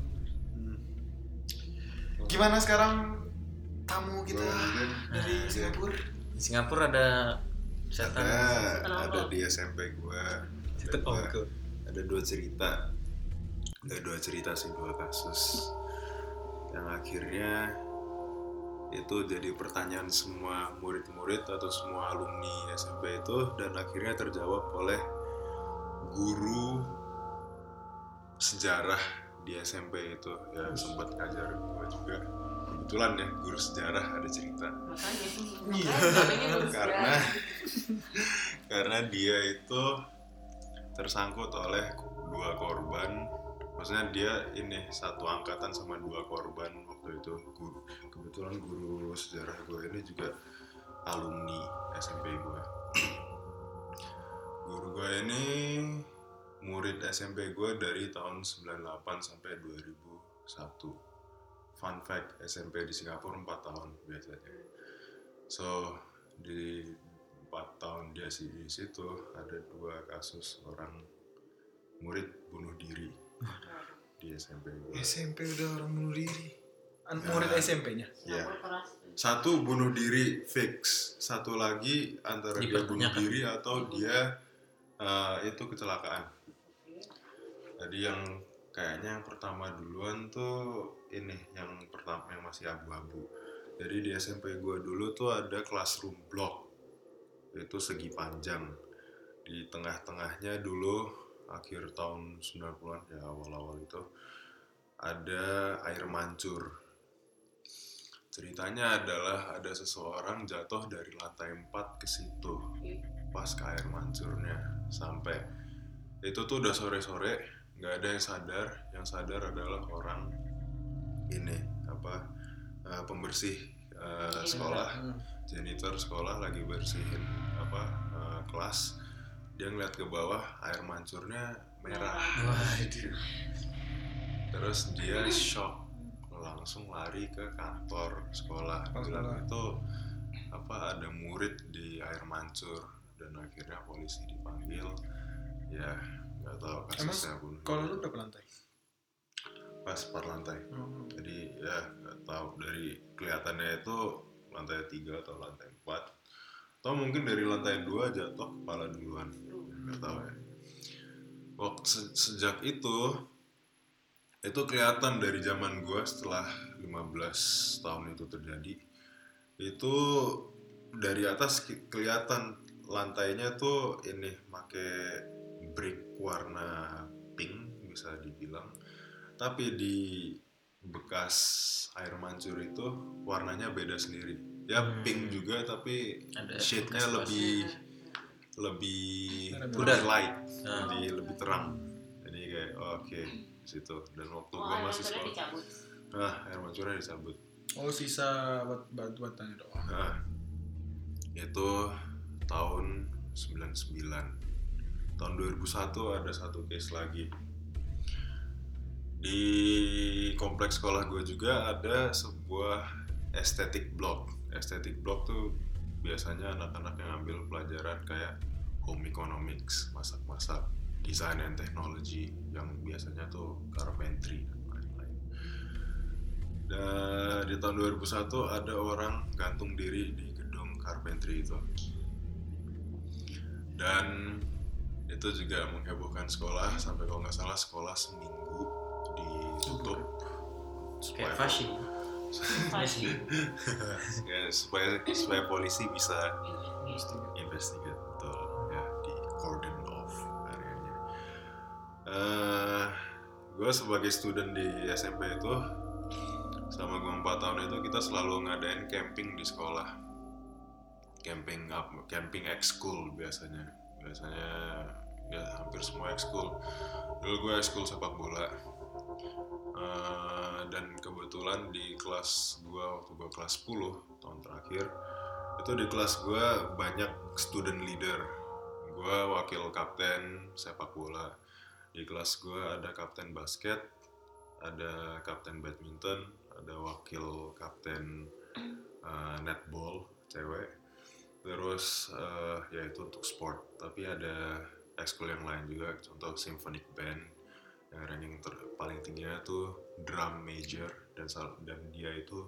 Gimana sekarang tamu kita dari Singapura? Di Singapura ada setan. Ada di SMP gua. Setan pongko. Ada 2 cerita. Nggak 2 cerita sih, 2 kasus yang akhirnya itu jadi pertanyaan semua murid-murid atau semua alumni SMP itu, dan akhirnya terjawab oleh guru sejarah di SMP itu ya, sempat ngajar gue juga. Kebetulan ya guru sejarah ada cerita. Makanya Karena dia itu tersangkut oleh 2 korban. Maksudnya dia ini satu angkatan sama 2 korban waktu itu. Kebetulan guru sejarah gue ini juga alumni SMP gue. Guru gue ini murid SMP gue dari tahun 98 sampai 2001. Fun fact, SMP di Singapura 4 tahun biasanya. So di 4 tahun dia di situ ada 2 kasus orang murid bunuh diri di SMP gue. SMP udah orang bunuh diri. Murid SMP-nya. Ya. Satu bunuh diri fix, satu lagi antara dia bunuh diri atau dia itu kecelakaan. Tadi yang kayaknya yang pertama duluan tuh ini, yang pertama yang masih abu-abu. Jadi di SMP gue dulu tuh ada classroom block, itu segi panjang. Di tengah-tengahnya dulu akhir tahun 90-an ya, awal-awal itu ada air mancur. Ceritanya adalah ada seseorang jatuh dari lantai 4 ke situ pas ke air mancurnya. Sampai itu tuh udah sore-sore, nggak ada yang sadar. Yang sadar adalah orang ini pembersih sekolah, janitor sekolah lagi bersihin kelas. dia ngeliat ke bawah, air mancurnya merah. Waduh. Terus dia shock, langsung lari ke kantor sekolah. Bilang itu apa, ada murid di air mancur, dan akhirnya polisi dipanggil. Ya nggak tahu kasusnya pun. Kalau lu berapa lantai? Pas 4 lantai. Jadi ya nggak tahu, dari kelihatannya itu lantai 3 atau lantai 4, atau mungkin dari lantai 2 jatuh kepala duluan, nggak tahu ya. Waktu sejak itu kelihatan dari zaman gua setelah 15 tahun itu terjadi, itu dari atas kelihatan lantainya tuh ini pakai brick warna pink bisa dibilang, tapi di bekas air mancur itu warnanya beda sendiri. Ya pink juga, tapi Ada shade-nya lebih Pudar. light, lebih terang. Jadi kayak oke, situ. Dan waktu gua masih sekolah, dicabut. air mancurnya dicabut. Oh, sisa batu-batannya doang. Nah, itu tahun 99. Tahun 2001 ada satu case lagi. Di kompleks sekolah gue juga ada sebuah aesthetic block. Aesthetic block tuh biasanya anak-anak yang ambil pelajaran kayak home economics, masak-masak, design and technology, yang biasanya tuh carpentry dan lain-lain. Dan di tahun 2001 ada orang gantung diri di gedung carpentry itu. Dan itu juga menghebohkan sekolah, sampai kalau nggak salah sekolah seminggu ditutup Kayak fashion. ya, supaya polisi bisa investigate betul ya, di cordon off areanya. Gue sebagai student di SMP itu, selama gue 4 tahun itu kita selalu ngadain camping di sekolah. Camping ekskul biasanya ya hampir semua ekskul. Dulu gue ekskul sepak bola. Dan kebetulan di kelas gue, waktu gue kelas 10 tahun terakhir, itu di kelas gue banyak student leader. Gue wakil kapten sepak bola. Di kelas gue ada kapten basket, ada kapten badminton, ada wakil kapten netball cewek. Terus ya itu untuk sport. Tapi ada ekskul yang lain juga, contoh symphonic band yang ranking paling tingginya tuh drum major, dan dia itu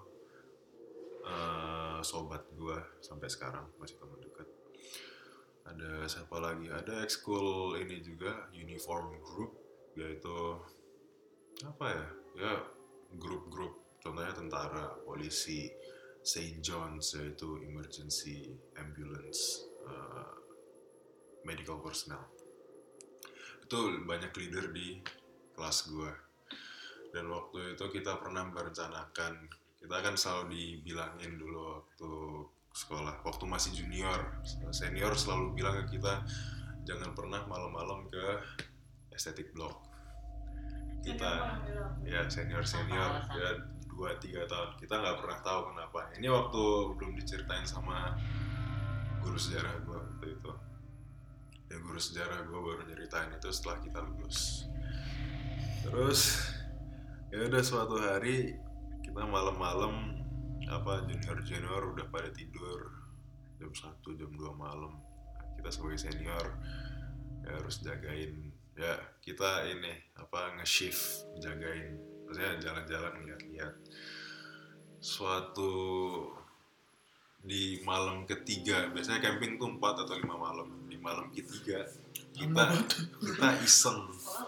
sobat gue sampai sekarang, masih teman dekat. Ada siapa lagi? Ada ekskul ini juga, uniform group, yaitu apa ya? Ya grup-grup, contohnya tentara, polisi, St. John's yaitu emergency ambulance, medical personnel. Itu banyak leader di kelas gue. Dan waktu itu kita pernah merencanakan, kita kan selalu dibilangin dulu waktu sekolah, waktu masih junior, senior selalu bilang ke kita jangan pernah malam-malam ke aesthetic block. Kita ya senior ya 2-3 tahun kita nggak pernah tahu kenapa. Ini waktu belum diceritain sama guru sejarah gue waktu itu. Ya guru sejarah gue baru nyeritain itu setelah kita lulus. Terus ya udah suatu hari kita malam-malam, junior udah pada tidur jam 1, jam 2 malam. Kita sebagai senior ya harus jagain, ya kita ini nge-shift, jagain, maksudnya jalan-jalan lihat-lihat. Suatu di malam ketiga, biasanya camping tuh 4 atau 5 malam. Di malam ketiga kita iseng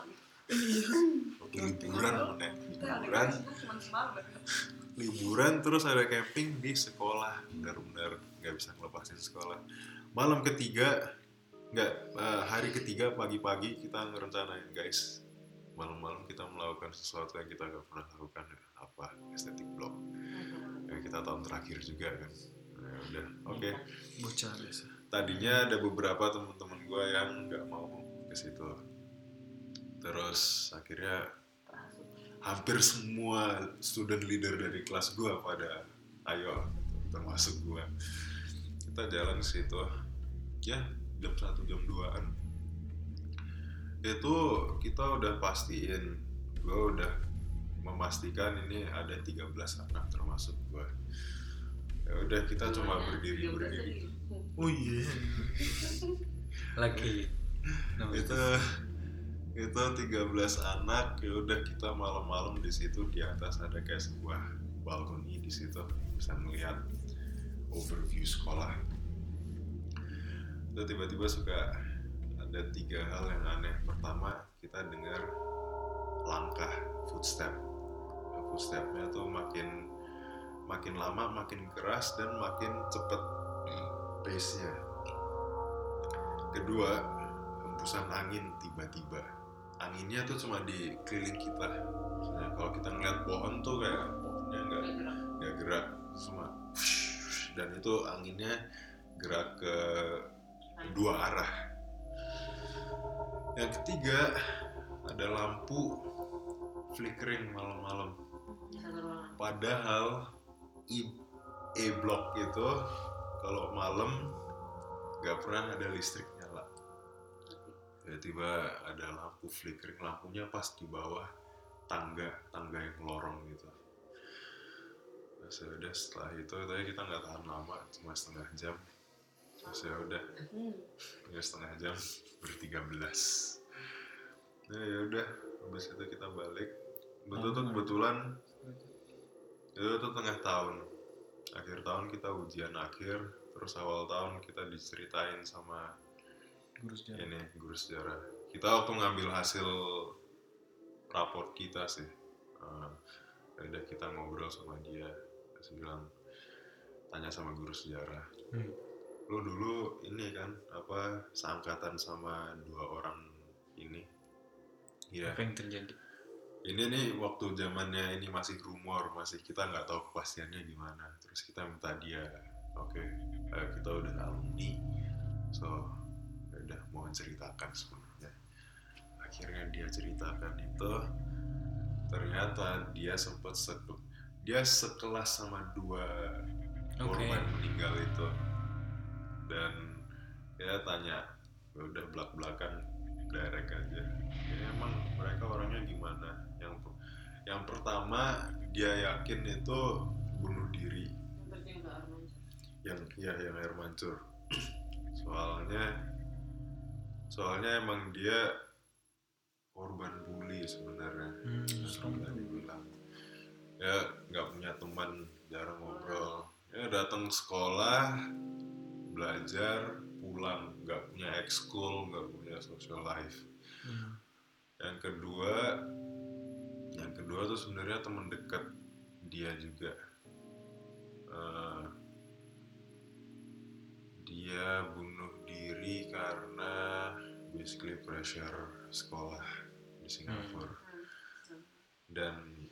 liburan terus ada camping di sekolah, benar-benar nggak bisa ngelepasin sekolah. Malam ketiga hari ketiga pagi-pagi kita ngerencanain, guys, malam-malam kita melakukan sesuatu yang kita nggak pernah lakukan. Apa? Aesthetic block. Ya, kita tahun terakhir juga kan. Nah, udah oke. Bocah biasa. Tadinya ada beberapa teman-teman gue yang nggak mau ke situ. Terus akhirnya hampir semua student leader dari kelas gue pada ayo, termasuk gue. Kita jalan ke situ ya jam 1, jam 2-an. Itu kita udah pastiin, gue udah memastikan ini ada 13 anak termasuk gue. Ya udah kita cuma berdiri. Oh iya. Lagi itu 13 anak. Ya udah kita malam-malam di situ, di atas ada kayak sebuah balkoni di situ bisa melihat overview sekolah. Itu tiba-tiba suka ada 3 hal yang aneh. Pertama, kita dengar langkah, footstepnya tuh makin lama makin keras dan makin cepet pace-nya. Kedua, hembusan angin tiba-tiba. Anginnya tuh cuma di keliling kita. Misalnya kalau kita ngeliat pohon tuh kayak pohonnya nggak gerak, cuma dan itu anginnya gerak ke 2 arah. Yang ketiga, ada lampu flickering malam-malam. Padahal E-block itu kalau malam nggak pernah ada listrik nyala. Tiba-tiba ada lampu flickering, lampunya pas di bawah tangga yang lorong gitu. Terus ya udah setelah itu tadi kita nggak tahan lama, cuma setengah jam. Terus ya udah setengah jam ber-13. Nah ya udah, habis itu kita balik. Kebetulan itu tuh tengah tahun, akhir tahun kita ujian akhir, terus awal tahun kita diceritain sama guru sejarah. Kita waktu ngambil hasil raport kita sih, udah kita ngobrol sama dia, terus bilang tanya sama guru sejarah, lu dulu ini kan seangkatan sama 2 orang ini, ya. Apa yang terjadi? Ini nih waktu zamannya ini masih rumor, masih kita nggak tahu kepastiannya gimana. Terus kita minta dia, oke, kita udah alumni, so udah mau ceritakan sebenarnya. Akhirnya dia ceritakan itu, ternyata dia sempat dia sekelas sama 2 korban meninggal itu, dan dia tanya, udah belak-belakan direct aja, ya emang mereka orangnya gimana. Yang pertama dia yakin itu bunuh diri, yang air mancur. soalnya emang dia korban bully sebenarnya. Dibilang ya nggak punya teman, jarang ngobrol, ya datang sekolah belajar pulang, nggak punya ekskul, nggak punya social life. Yang kedua tuh sebenarnya teman dekat dia juga. Dia bunuh diri karena basically pressure sekolah di Singapura. Dan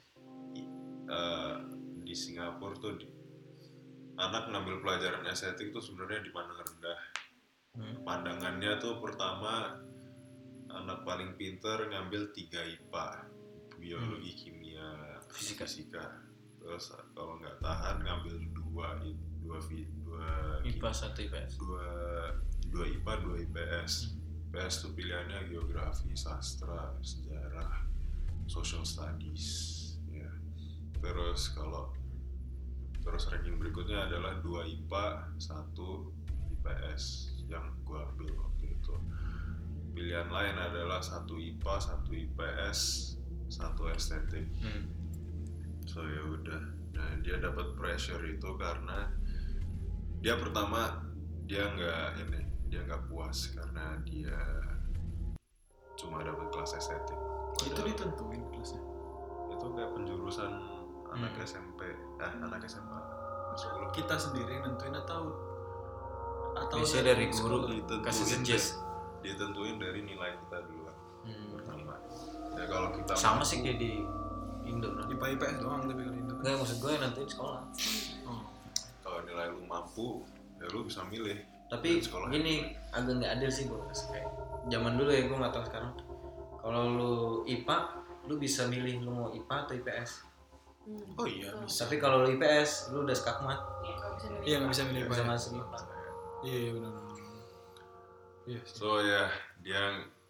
di Singapura tuh anak ngambil pelajaran estetik tuh sebenarnya dipandang rendah. Pandangannya tuh pertama, anak paling pinter ngambil 3 IPA, biologi, kimia, fisika. Terus kalau nggak tahan ngambil 2 IPA 1 IPS. 2 IPA 2 IPS. IPS tuh pilihannya geografi, sastra, sejarah, social studies, ya. Terus ranking berikutnya adalah 2 IPA 1 IPS yang gua ambil waktu itu. Pilihan lain adalah 1 IPA 1 IPS 1 estetik. So ya udah, nah dia dapat pressure itu karena dia pertama dia nggak puas karena dia cuma dapat kelas estetik. Itu ditentuin kelasnya? Itu kayak penjurusan anak SMP, anak SMA. Kita sendiri nentuin atau biasanya dari guru kasih suggest? Ditentuin dari nilai kita duluan. Pertama. Ya kalau kita sama sih kayak di Indo. IPA IPS doang tapi kalau Indo. Enggak, maksud gue nantiin sekolah. Kalau nilai lu mampu, ya lu bisa milih. Tapi gini, agak nggak adil sih bro. Kayak zaman dulu ya, gue nggak tahu sekarang. Kalau lu IPA, lu bisa milih lu mau IPA atau IPS. Oh iya bisa. Tapi kalau lu IPS, lu udah skakmat. Iya nggak bisa milih Bisa IPA. masuk IPA. Iya benar. Iya. So ya, dia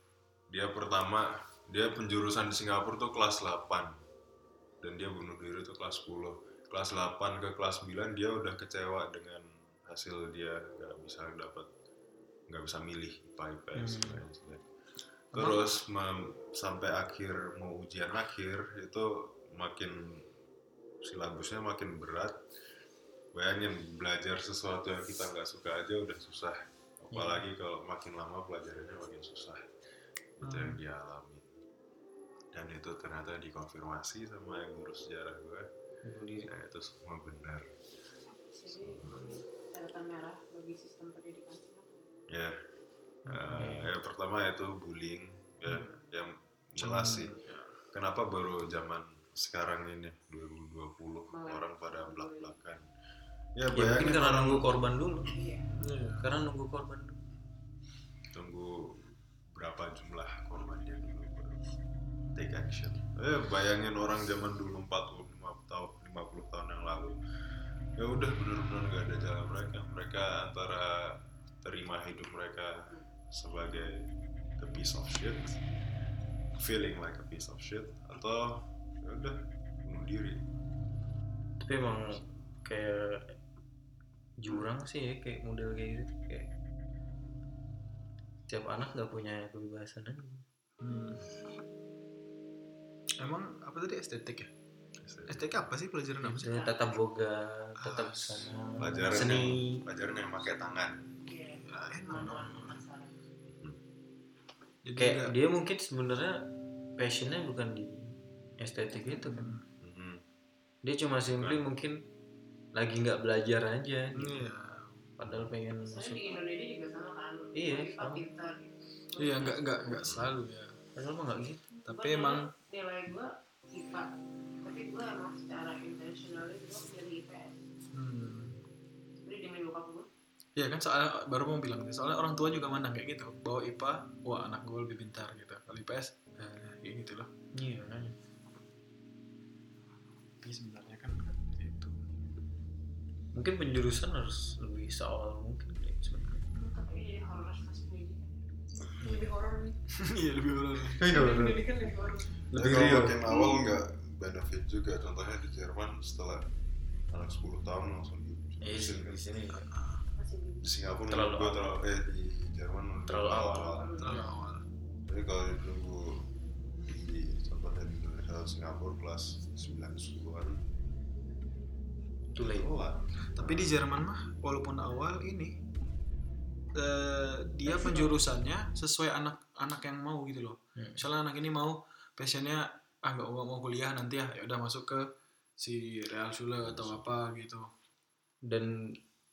dia penjurusan di Singapura tuh kelas 8 dan dia bunuh diri tuh kelas 10. Kelas 8 ke kelas 9 dia udah kecewa dengan hasil dia nggak bisa milih IPA IPS terus sampai akhir mau ujian akhir itu makin silabusnya makin berat. Bayangin belajar sesuatu yang kita nggak suka aja udah susah, apalagi kalau makin lama pelajarannya makin susah. Itu yang dia alami dan itu ternyata dikonfirmasi sama yang guru sejarah gue. Nah itu semua benar. Jadi catatan merah bagi sistem pendidikan Ya, yang pertama itu bullying ya, yang jelas sih. Kenapa baru zaman sekarang ini 2020 orang pada belak-belakan? Ya mungkin karena orang nunggu korban dulu. Karena nunggu korban dulu. Tunggu berapa jumlah korbannya dulu baru take action. Bayangin orang zaman dulu 50 tahun yang lalu. Ya udah benar-benar nggak ada jalan mereka antara terima hidup mereka sebagai a piece of shit, feeling like a piece of shit, atau ya udah bunuh diri. Tapi emang kayak jurang sih ya, kayak model kayak gitu, kayak tiap anak nggak punya kebebasan aja. Emang apa tadi estetik ya? Estetik apa sih, pelajaran apa sih? Tata boga, tata busana, Pelajaran seni. Pelajaran yang pakai tangan. Jadi Kayak dia mungkin sebenarnya passionnya bukan di estetik itu kan. Dia cuma simply mungkin lagi nggak belajar aja gitu. Iya. Padahal pengen soalnya masuk. di Indonesia juga sama kan. Iya, IPA sama. pintar. Iya, enggak selalu ya. Padahal mah nggak gitu. Tapi emang nilai gue IPA, tapi gue emang secara intentionally gue jadi IPS. Jadi demi bokap gue. ya kan, soalnya baru mau bilang gitu. Soalnya orang tua juga mandang kayak gitu. Bahwa IPA, wah anak gue lebih pintar gitu. Kalau IPS, kayak gitu loh. Iya kan. Tapi sebenarnya kan itu. Mungkin penjurusan harus lebih seawal mungkin deh sebenarnya. Tapi jadi horor pas pendidikan. Lebih horor nih. Iya, lebih horor. Pendidikan lebih horor. Lebih real. Makin awal nggak benefit juga. Contohnya di Jerman setelah anak 10 tahun langsung Di sini di Singapura terlalu di Jerman terlalu awal. Jadi kalau ditunggu di contohnya di Indonesia Singapura kelas 9-10an Too late. Tapi di Jerman mah walaupun awal ini dia penjurusannya sesuai anak-anak yang mau gitu loh. Misalnya anak ini mau passionnya nggak mau kuliah nanti ya udah masuk ke si Realschule atau apa gitu. Dan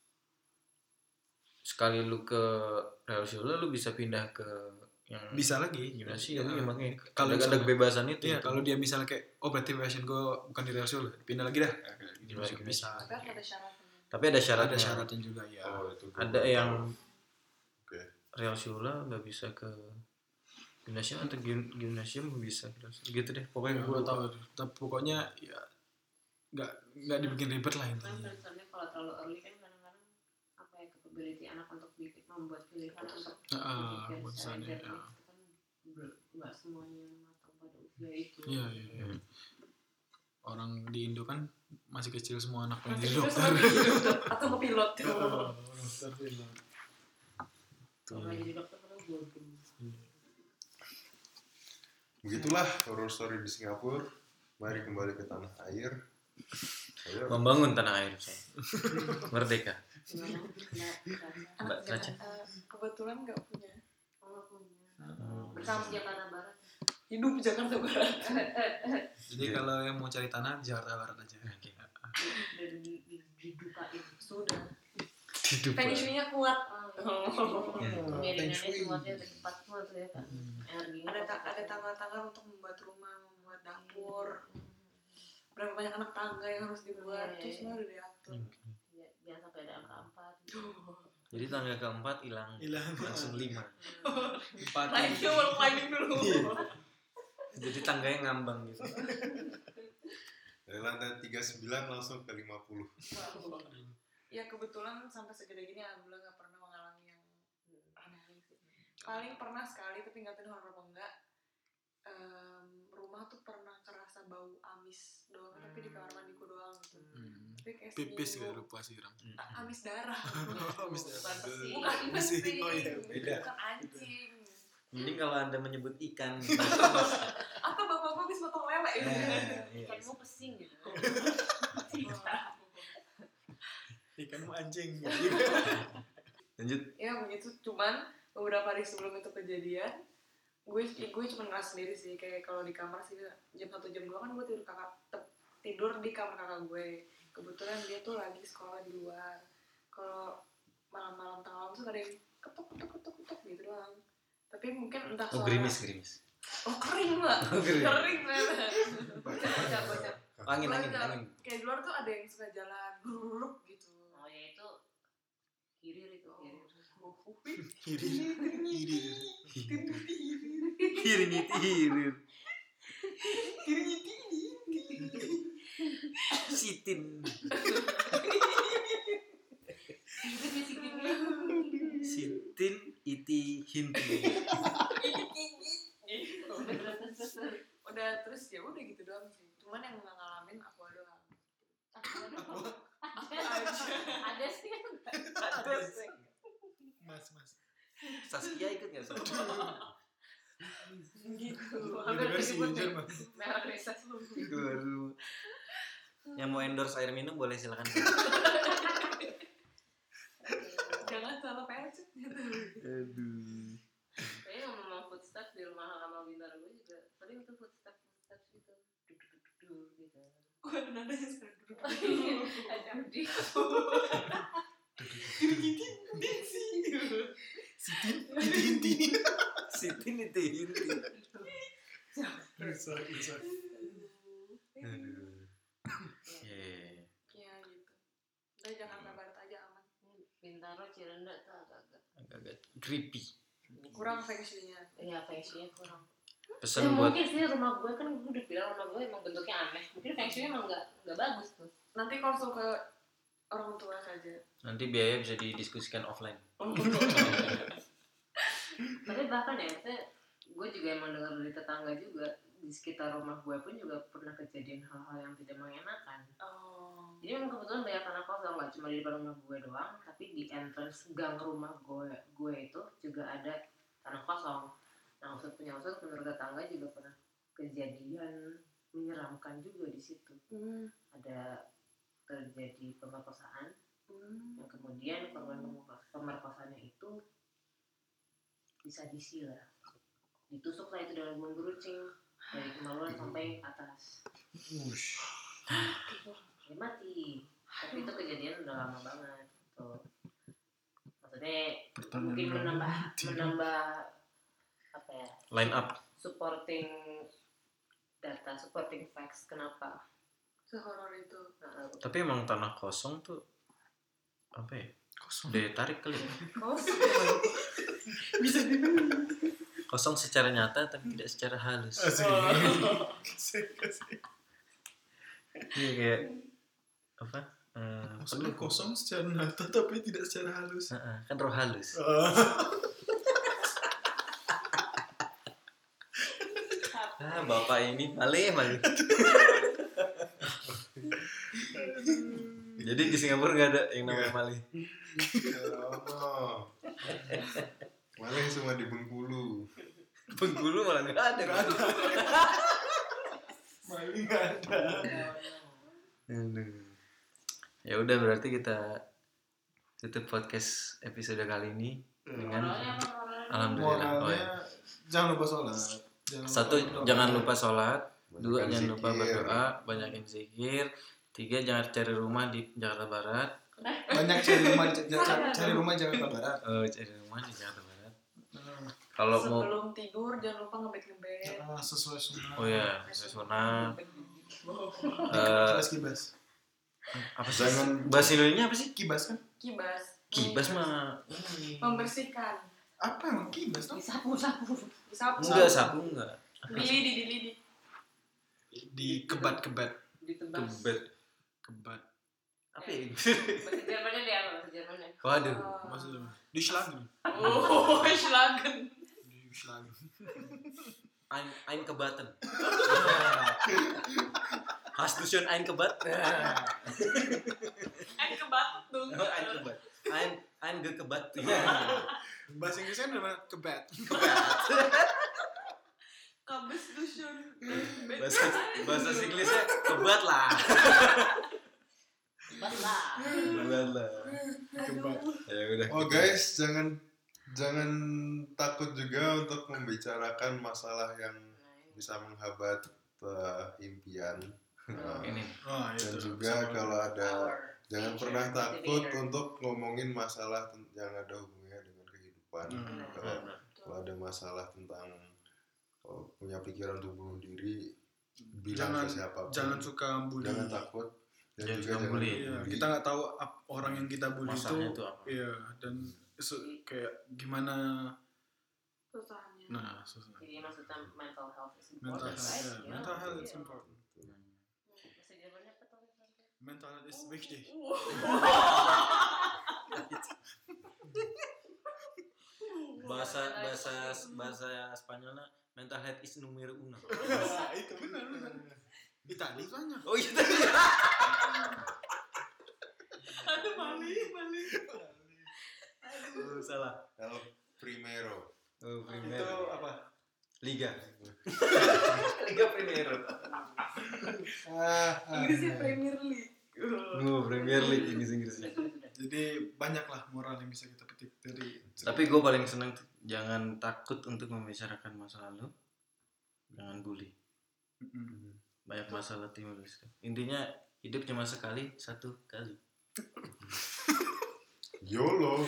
sekali lu ke Realschule lu bisa pindah ke yang Bisa lagi gimnasium ya, makanya kalau ada kebebasan itu. Iya, kalau dia misalnya kayak berarti passion gue bukan di Realschule, pindah lagi dah. Gitu juga bisa. Tapi ada syaratnya. Tapi ada syaratnya. Ada syaratnya juga ya. itu Ada yang Oke. Realschule nggak bisa ke gimnasium atau gimnasium bisa gitu deh. Pokoknya Gue tahu. Tapi pokoknya ya nggak dibikin ribet lah Kan intinya. concernnya kalau terlalu early kan kadang-kadang apa ya, capability anak untuk membuat pilihan untuk berpikir keputusan, secara ya. jernih itu kan nggak semuanya matang pada usia itu. Iya. Orang di Indo kan masih kecil semua anak pengen Masih jadi itu dokter. sama jadi dokter atau mau pilot. Dokter pilot. Kalau nggak jadi dokter kan bodoh. Begitulah horror story di Singapura. Mari kembali ke tanah air. Ayo. membangun tanah air saya. Merdeka. Anak Raca. kebetulan nggak punya. Kalau punya bersama Jakarta Barat. Hidup Jakarta Barat. Jadi kalau yang mau cari tanah Jakarta Barat aja. Dan didukain Sudah. Hidup. Feng shui-nya kuat. pengelingannya semuanya udah cepat semua tuh ya kan. Energinya Ada tangga-tangga untuk membuat rumah, membuat dapur. Berapa banyak anak tangga yang harus dibuat, itu semua udah diatur. jangan sampai ada angka 4. Jadi tangga keempat hilang. Langsung 5. 4. Lagi wall climbing dulu. Jadi tangganya ngambang gitu. Dari lantai 39 langsung ke 50. Ya kebetulan sampai segede gini alhamdulillah nggak pernah mengalami yang aneh sih. paling pernah sekali tapi nggak tahu horor apa enggak. Rumah tuh pernah kerasa bau amis doang tapi di kamar mandiku doang gitu. Tapi kayak Pipis seminggu. gak lupa siram. Amis darah. Amis darah. Bukan pesing. Bukan pesing. Oh iya, beda. Bukan anjing. Mending kalau Anda menyebut ikan. Atau bapak-bapak habis potong lele ya. Ikanmu pesing gitu. Ikanmu anjing. Lanjut. Ya begitu, cuman beberapa hari sebelum itu kejadian gue cuma ngerasa sendiri sih, kayak kalau di kamar sih jam 1 jam 2 kan gue tidur di kamar kakak gue. Kebetulan dia tuh lagi sekolah di luar. Kalau malam-malam tengah malam tuh ada yang ketuk gitu doang. Tapi mungkin entah Oh, suara. gerimis. Oh, kering mbak. Kering banget. Baca. Angin. Kayak di luar tuh ada yang suka jalan grup gitu. Oh ya itu kirir itu. Hirir. Sitin. Sitin iti hinti. Udah terus ya udah gitu doang sih. Cuman yang nggak ngalamin aku doang. Ada sih. Mas. Saskia ikut nggak? Gitu. Universi Jerman. Baru. Yang mau endorse air minum boleh silakan. Jangan salah pencet gitu. Aduh. Kayaknya ngomong footsteps di rumah lama bintang gue juga sering tuh footsteps gitu. Duduk gitu. Oh, ada nadanya sekarang duduk. Ada di. Sitin iti hinti. Rusak. Aduh. Yeah. Ya gitu. Udah Jakarta Barat aja aman. Bintaro Cirenda tuh agak-agak Agak creepy. Kurang feng shui-nya. iya feng shui-nya kurang. Pesan Ya buat mungkin sih rumah gue kan gue udah bilang rumah gue emang bentuknya aneh. Mungkin feng shui emang nggak bagus tuh. Nanti konsul ke orang tua saja. nanti biaya bisa didiskusikan offline. Tapi bahkan ya, maksudnya gue juga emang dengar dari tetangga juga di sekitar rumah gue pun juga pernah kejadian hal-hal yang tidak mengenakan. Oh. Jadi memang kebetulan banyak tanah kosong, nggak cuma di depan rumah gue doang, tapi di entrance gang rumah gue itu juga ada tanah kosong. Nah maksud menurut tetangga juga pernah kejadian menyeramkan juga di situ. Ada terjadi pemerkosaan, yang kemudian korban pemerkosaannya itu bisa disila, ditusuk lah itu dengan menggerucing dari kemaluan sampai atas. Dia mati. Tapi itu kejadian udah lama banget tuh. Maksudnya mungkin menambah apa ya? Line up. Supporting facts kenapa Sehoror itu. Tapi emang tanah kosong tuh apa ya? Kosong. Daya tarik kali ya. Bisa dibilang. Kosong secara nyata tapi tidak secara halus. Iya kayak apa? Maksudnya kosong secara nyata tapi tidak secara halus. Kan roh halus. Bapak ini malah. Jadi di Singapura nggak ada yang namanya Malih. Malah semua di Bengkulu. Bengkulu malah nggak ada. Malih nggak ada. Ya udah berarti kita tutup podcast episode kali ini dengan alhamdulillah. Moralnya jangan lupa sholat. Jangan lupa sholat. 2 jangan lupa berdoa, banyakin zikir. 3 jangan cari rumah di Jakarta Barat. Banyak cari rumah Jakarta Barat. Cari rumah di Jakarta Barat. Kalau mau sebelum tidur jangan lupa ngebet. Sesuai sunnah. oh ya, sesuai sunnah. Kibas. Apa sih? Bahasa Indonesia apa sih? Kibas kan? Kibas mah membersihkan. Apa emang kibas tuh? disapu enggak sapu enggak. Dilidi. Di kebat. ditebas. Kebat. Apa ya? Bahasa Jermannya dia apa bahasa Jermannya? Waduh. Maksudnya di Schlagen. Oh, Schlagen. geschlagen. Ein gebaten. Hast du schon ein gebat? Ein kebatut dong. Ein gebat. Ein gekebat. Bahasa Inggrisnya namanya kebat. Kabes dusun. Bahasa Inggrisnya kebat lah. Kebat lah. Kebat. Ya udah. Oh guys, jangan takut juga untuk membicarakan masalah yang bisa menghambat impian. Ini. Oh, Dan itu. juga kalau ada, Power. jangan Teacher, pernah takut motivator. untuk ngomongin masalah yang ada hubungannya dengan kehidupan. Kalau ada masalah tentang punya pikiran untuk bunuh diri, bilang ke siapapun. Jangan suka bully. Jangan takut. Dan Jangan juga suka jangan bully. Iya, kita nggak tahu orang yang kita bully Masalahnya itu itu apa. iya, dan kayak gimana. Susahnya. Nah, susah. Jadi maksudnya mental health is Mental important, health, right? yeah. Yeah. Mental health is Yeah. important. Bahasa Jermannya apa tuh? Mental health is wichtig. Bahasa Spanyolnya mental health is numero uno. Itu benar. Itali banyak. Oh iya. Aduh, balik. Oh, salah. El Primero. Oh, Itu Primero. apa? Liga. Liga Primero. Inggrisnya Premier League. Oh, Premier League Inggrisnya. Jadi banyaklah moral yang bisa kita petik dari Tapi gue paling seneng tuh, jangan takut untuk membicarakan masa lalu. Jangan bully. Banyak masalah timbul. Intinya hidup cuma sekali, satu kali. YOLO.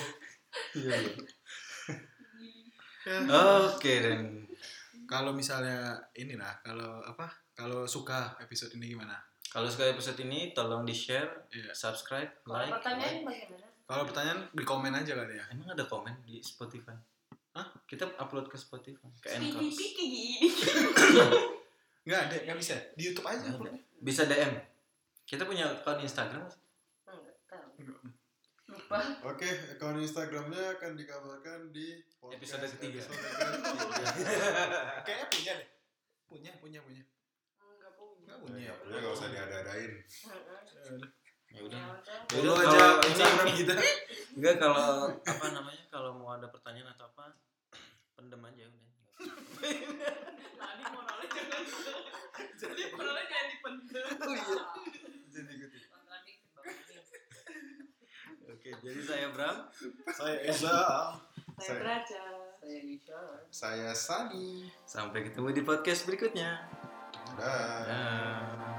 Oke dan Kalau misalnya inilah, kalau suka episode ini gimana? kalau suka episode ini tolong di share, Iya. subscribe, Kalau like. pertanyaan bagaimana? Kalau pertanyaan di komen aja kali ya. Emang ada komen di Spotify? Hah? Kita upload ke Spotify, ke Piki Anchor. gini. Nggak ada, nggak bisa. Di YouTube aja. Bisa DM. Kita punya akun Instagram. Enggak tahu. Lupa. Oke, akun Instagramnya akan dikabarkan di podcast Episode ketiga. episode ketiga. Kayaknya punya deh. Punya. Enggak punya. Nggak punya. Ya, nggak usah diada-adain. Ya udah. Follow Yaudah, aja kalau Instagram ini kita. enggak kalau apa namanya kalau mau ada pertanyaan atau apa pendem aja udah. Tadi moralnya jangan. Jadi moralnya jangan dipendam. Oh iya. Jadi gitu. Kontradiktif banget ini. Oke, jadi saya Bram. Saya Eza. Saya Braca. Saya Gisha. Saya Sani. Sampai ketemu di podcast berikutnya. Dah. Dah.